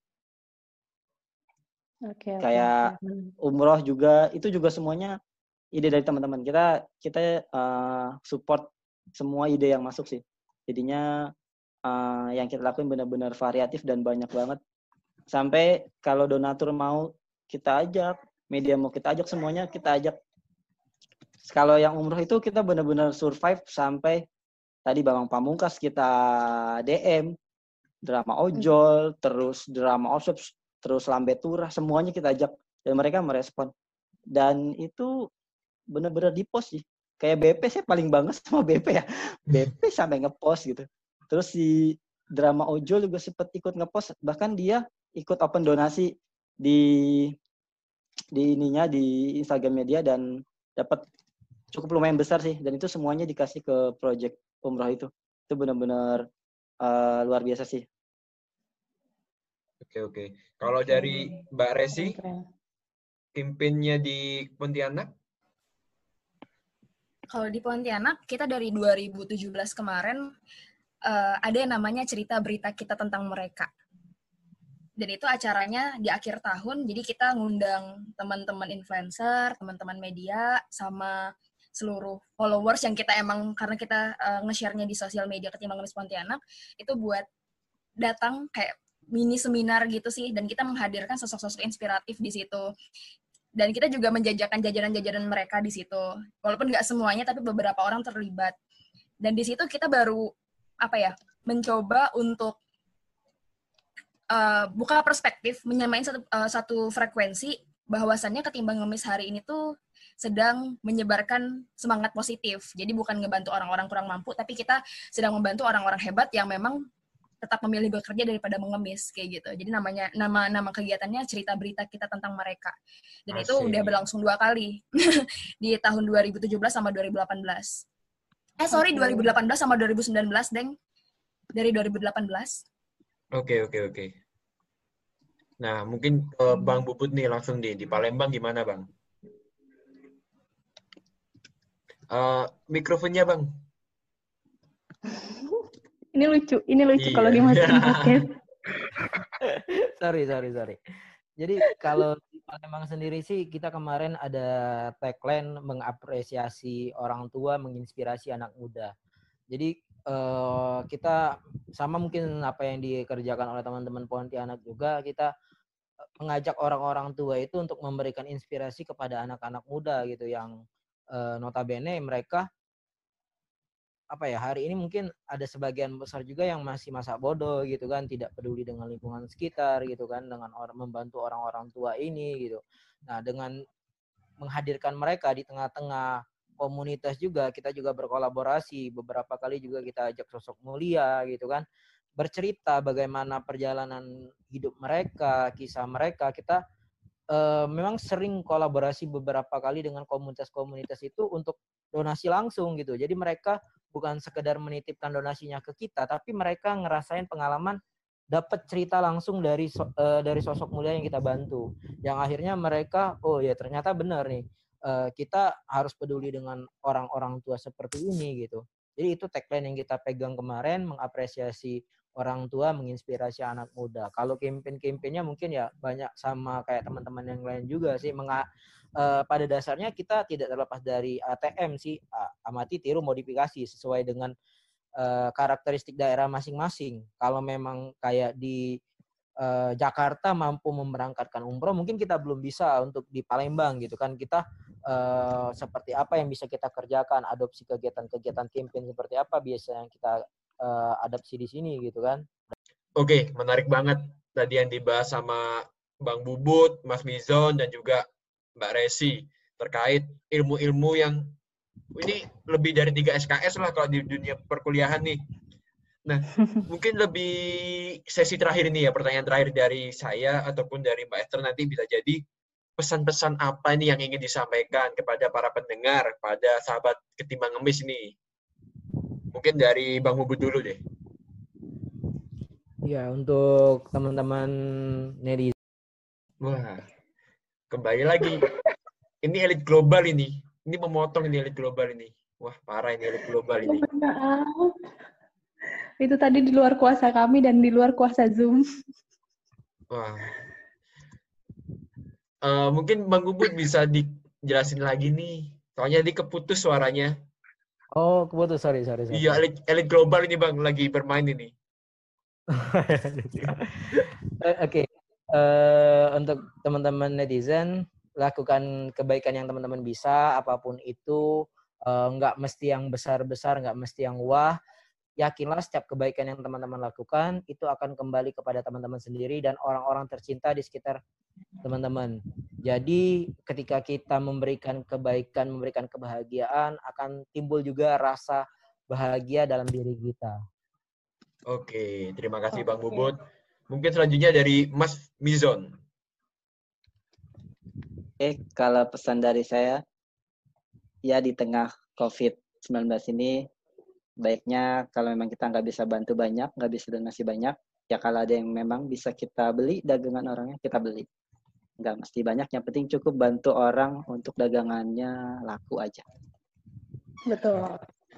Okay, kayak okay. umroh juga, itu juga semuanya ide dari teman-teman. Kita kita uh, support semua ide yang masuk sih. Jadinya uh, yang kita lakuin benar-benar variatif dan banyak banget. Sampai kalau donatur mau kita ajak, media mau kita ajak, semuanya kita ajak. Kalau yang umroh itu kita benar-benar survive sampai tadi Bambang Pamungkas kita D M, drama ojol, terus drama osop, terus lambe turah, semuanya kita ajak dan mereka merespon. Dan itu benar-benar di-post sih. Kayak B P saya paling banget sama B P ya. B P sampai nge-post gitu. Terus si drama ojol juga sempat ikut nge-post, bahkan dia ikut open donasi di di ininya di Instagram media dan dapat cukup lumayan besar sih, dan itu semuanya dikasih ke project umroh itu. Itu benar-benar uh, luar biasa sih. Oke, oke. Kalau dari Mbak Resi, Keren. campaign-nya di Pontianak? Kalau di Pontianak, kita dari dua ribu tujuh belas kemarin uh, ada yang namanya cerita berita kita tentang mereka. Dan itu acaranya di akhir tahun, jadi kita ngundang teman-teman influencer, teman-teman media, sama seluruh followers yang kita emang, karena kita uh, nge-share-nya di sosial media Ketimbang Ngemis Pontianak, itu buat datang kayak mini seminar gitu sih, dan kita menghadirkan sosok-sosok inspiratif di situ. Dan kita juga menjajakan jajanan-jajanan mereka di situ. Walaupun nggak semuanya, tapi beberapa orang terlibat. Dan di situ kita baru, apa ya, mencoba untuk Uh, buka perspektif, menyamain satu, uh, satu frekuensi, bahwasannya Ketimbang Ngemis hari ini tuh sedang menyebarkan semangat positif. Jadi bukan ngebantu orang-orang kurang mampu, tapi kita sedang membantu orang-orang hebat yang memang tetap memilih bekerja daripada mengemis, kayak gitu. Jadi namanya nama nama kegiatannya cerita berita kita tentang mereka. Dan Asik. itu udah berlangsung dua kali di tahun dua ribu tujuh belas sama dua ribu delapan belas. Eh sorry, Oke. dua ribu delapan belas sama dua ribu sembilan belas, Deng. Dari dua ribu delapan belas. Oke, oke, oke. Nah, mungkin uh, Bang Bubut nih langsung di, di Palembang gimana, Bang? Uh, mikrofonnya, Bang. Ini lucu, ini lucu Iya. kalau dimasukin podcast. sorry, sorry, sorry. Jadi kalau di Palembang sendiri sih, kita kemarin ada tagline mengapresiasi orang tua, menginspirasi anak muda. Jadi uh, kita sama mungkin apa yang dikerjakan oleh teman-teman Pontianak juga, kita mengajak orang-orang tua itu untuk memberikan inspirasi kepada anak-anak muda gitu yang uh, notabene mereka apa ya, hari ini mungkin ada sebagian besar juga yang masih masa bodoh gitu kan, tidak peduli dengan lingkungan sekitar gitu kan, dengan orang membantu orang-orang tua ini gitu. Nah, dengan menghadirkan mereka di tengah-tengah komunitas juga, kita juga berkolaborasi, beberapa kali juga kita ajak sosok mulia gitu kan, bercerita bagaimana perjalanan hidup mereka, kisah mereka. Kita uh, memang sering kolaborasi beberapa kali dengan komunitas-komunitas itu untuk donasi langsung gitu. Jadi mereka bukan sekedar menitipkan donasinya ke kita, tapi mereka ngerasain pengalaman dapat cerita langsung dari uh, dari sosok mulia yang kita bantu. Yang akhirnya mereka, oh ya ternyata benar nih, uh, kita harus peduli dengan orang-orang tua seperti ini gitu. Jadi itu tagline yang kita pegang kemarin, mengapresiasi orang tua, menginspirasi anak muda. Kalau campaign-campaignnya mungkin ya banyak sama kayak teman-teman yang lain juga sih. Menga, uh, pada dasarnya kita tidak terlepas dari A T M sih, uh, amati, tiru, modifikasi sesuai dengan uh, karakteristik daerah masing-masing. Kalau memang kayak di uh, Jakarta mampu memberangkatkan umroh, mungkin kita belum bisa untuk di Palembang gitu kan. Kita uh, seperti apa yang bisa kita kerjakan, adopsi kegiatan-kegiatan campaign seperti apa biasa yang kita Uh, adaptasi di sini gitu kan. Oke, menarik banget tadi yang dibahas sama Bang Bubut, Mas Mizon, dan juga Mbak Resi terkait ilmu-ilmu yang ini lebih dari tiga S K S lah kalau di dunia perkuliahan nih. Nah, mungkin lebih sesi terakhir ini ya, pertanyaan terakhir dari saya ataupun dari Mbak Esther nanti bisa jadi pesan-pesan apa nih yang ingin disampaikan kepada para pendengar, pada sahabat Ketimbang Ngemis nih. Mungkin dari Bang Bubut dulu deh. Ya, untuk teman-teman netizen. Wah, kembali lagi. Ini elit global ini. Ini memotong ini elit global ini. Wah, parah ini elit global ini. Maaf. Itu tadi di luar kuasa kami dan di luar kuasa Zoom. Wah. Uh, mungkin Bang Bubut bisa dijelasin lagi nih. Soalnya ini keputus suaranya. Oh, keputus. Sorry, sorry, sorry. Iya, elit, elit global ini Bang, lagi bermain ini. Oke, okay. uh, untuk teman-teman netizen, lakukan kebaikan yang teman-teman bisa, apapun itu, uh, nggak mesti yang besar-besar, nggak mesti yang wah. Yakinlah setiap kebaikan yang teman-teman lakukan, itu akan kembali kepada teman-teman sendiri dan orang-orang tercinta di sekitar teman-teman. Jadi ketika kita memberikan kebaikan, memberikan kebahagiaan, akan timbul juga rasa bahagia dalam diri kita. Oke, terima kasih Bang Bubut. Mungkin selanjutnya dari Mas Mizon. Oke, kalau pesan dari saya, ya di tengah covid sembilan belas ini, baiknya kalau memang kita nggak bisa bantu banyak, nggak bisa donasi banyak, ya kalau ada yang memang bisa kita beli dagangan orangnya, kita beli. Nggak mesti banyak, yang penting cukup bantu orang untuk dagangannya laku aja. Betul.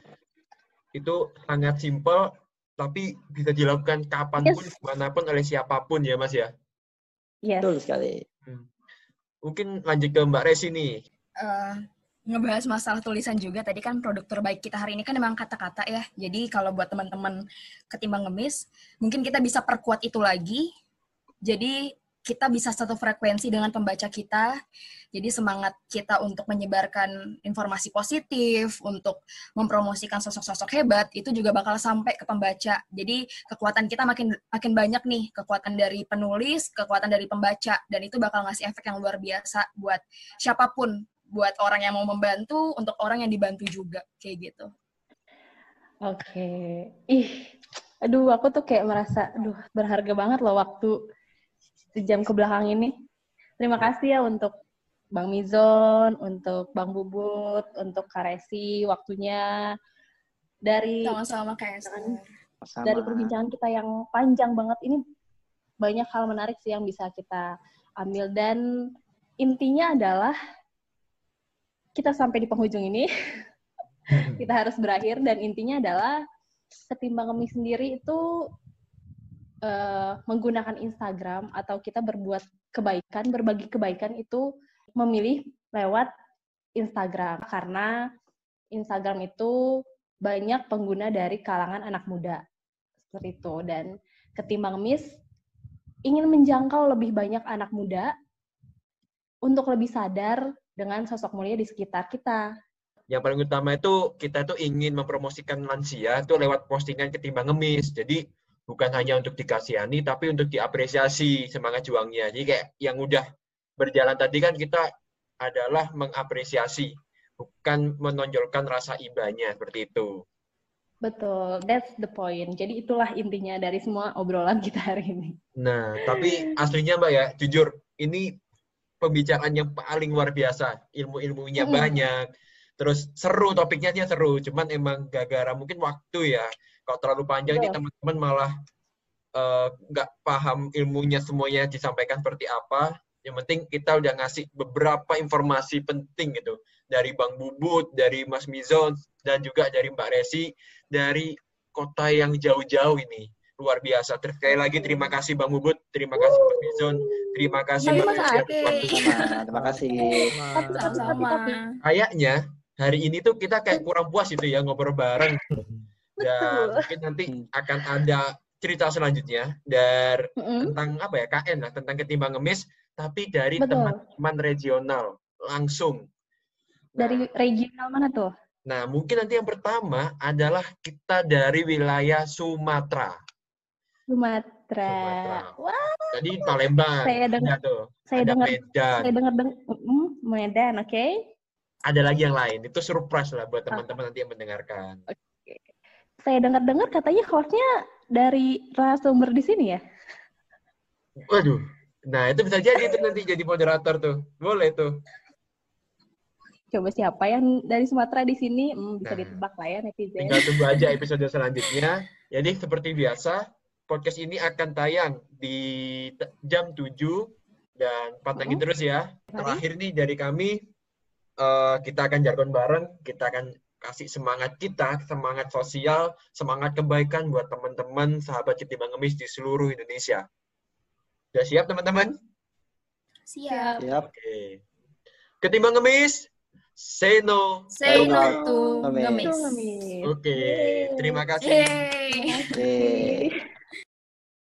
Itu sangat simpel, tapi bisa dilakukan kapanpun, Yes. dimanapun, oleh siapapun ya Mas ya. Yes. Betul sekali. Hmm. Mungkin lanjut ke Mbak Resi nih. Eh, ngebahas masalah tulisan juga, tadi kan produk terbaik kita hari ini kan memang kata-kata ya. Jadi kalau buat teman-teman Ketimbang Ngemis, mungkin kita bisa perkuat itu lagi. Jadi kita bisa satu frekuensi dengan pembaca kita. Jadi semangat kita untuk menyebarkan informasi positif, untuk mempromosikan sosok-sosok hebat, itu juga bakal sampai ke pembaca. Jadi kekuatan kita makin makin banyak nih, kekuatan dari penulis, kekuatan dari pembaca, dan itu bakal ngasih efek yang luar biasa buat siapapun, buat orang yang mau membantu, untuk orang yang dibantu juga, kayak gitu. Oke. Ih, aduh aku tuh kayak merasa, aduh berharga banget loh waktu sejam ke belakang ini. Terima kasih ya untuk Bang Mizon, untuk Bang Bubut, untuk Kak Resi, waktunya. Dari Sama-sama kayak Sama. dari perbincangan kita yang panjang banget ini, banyak hal menarik sih yang bisa kita ambil. Dan intinya adalah, kita sampai di penghujung ini, kita harus berakhir, dan intinya adalah Ketimbang Ngemis sendiri itu uh, menggunakan Instagram atau kita berbuat kebaikan, berbagi kebaikan itu memilih lewat Instagram, karena Instagram itu banyak pengguna dari kalangan anak muda seperti itu. Dan Ketimbang Ngemis ingin menjangkau lebih banyak anak muda untuk lebih sadar dengan sosok mulia di sekitar kita. Yang paling utama itu kita tuh ingin mempromosikan lansia itu lewat postingan Ketimbang Ngemis. Jadi bukan hanya untuk dikasihani, tapi untuk diapresiasi semangat juangnya. Jadi kayak yang udah berjalan tadi kan kita adalah mengapresiasi, bukan menonjolkan rasa ibanya, seperti itu. Betul, that's the point. Jadi itulah intinya dari semua obrolan kita hari ini. Nah, tapi aslinya Mbak ya, jujur, ini pembicaraan yang paling luar biasa. Ilmu-ilmunya Mm-hmm. banyak. Terus seru, topiknya sih seru. Cuman emang gara-gara mungkin waktu ya. Kalau terlalu panjang Betul. nih teman-teman malah nggak uh, paham ilmunya semuanya disampaikan seperti apa. Yang penting kita udah ngasih beberapa informasi penting gitu. Dari Bang Bubut, dari Mas Mizon, dan juga dari Mbak Resi. Dari kota yang jauh-jauh ini. Luar biasa. Sekali lagi terima kasih Bang Bubut, terima kasih Mas Mizon, terima kasih Tapi Mbak Mas Resi Aat, atas waktunya. Sama, terima kasih. Tapi, tapi, tapi, Sama-sama. tapi. Kayaknya hari ini tuh kita kayak kurang puas itu ya ngobrol bareng. Dan Betul. mungkin nanti akan ada cerita selanjutnya dari Mm-mm. tentang apa ya, K N lah, tentang Ketimbang Ngemis, tapi dari Betul. teman-teman regional langsung. Nah, Dari regional mana tuh? nah, mungkin nanti yang pertama adalah kita dari wilayah Sumatera. Sumatera. Sumatera. Wah, Jadi Palembang. Saya dengar- ada tuh. saya ada dengar- Medan. saya dengar dengar mm, Medan, oke? Ada lagi yang lain. Itu surprise lah buat teman-teman nanti yang mendengarkan. Saya dengar-dengar katanya hostnya dari narasumber di sini ya? Waduh. Nah, itu bisa jadi itu nanti jadi moderator tuh. Boleh tuh. Coba siapa yang dari Sumatera di sini? Hmm, bisa Nah, ditebak lah ya netizen. Tinggal tunggu aja episode selanjutnya. Jadi seperti biasa, podcast ini akan tayang di t- jam tujuh dan pantengin Mm-mm. terus ya. Mari. Terakhir nih dari kami, eh, kita akan jargon bareng, kita akan kasih semangat kita, semangat sosial, semangat kebaikan buat teman-teman sahabat Ketimbang Ngemis di seluruh Indonesia. Sudah siap teman-teman? Siap. Siap. Oke. Ketimbang Ngemis, say no. Say Say no no to to ngemis. Ngemis. Oke, terima kasih. Yeay. Terima kasih. Yeay.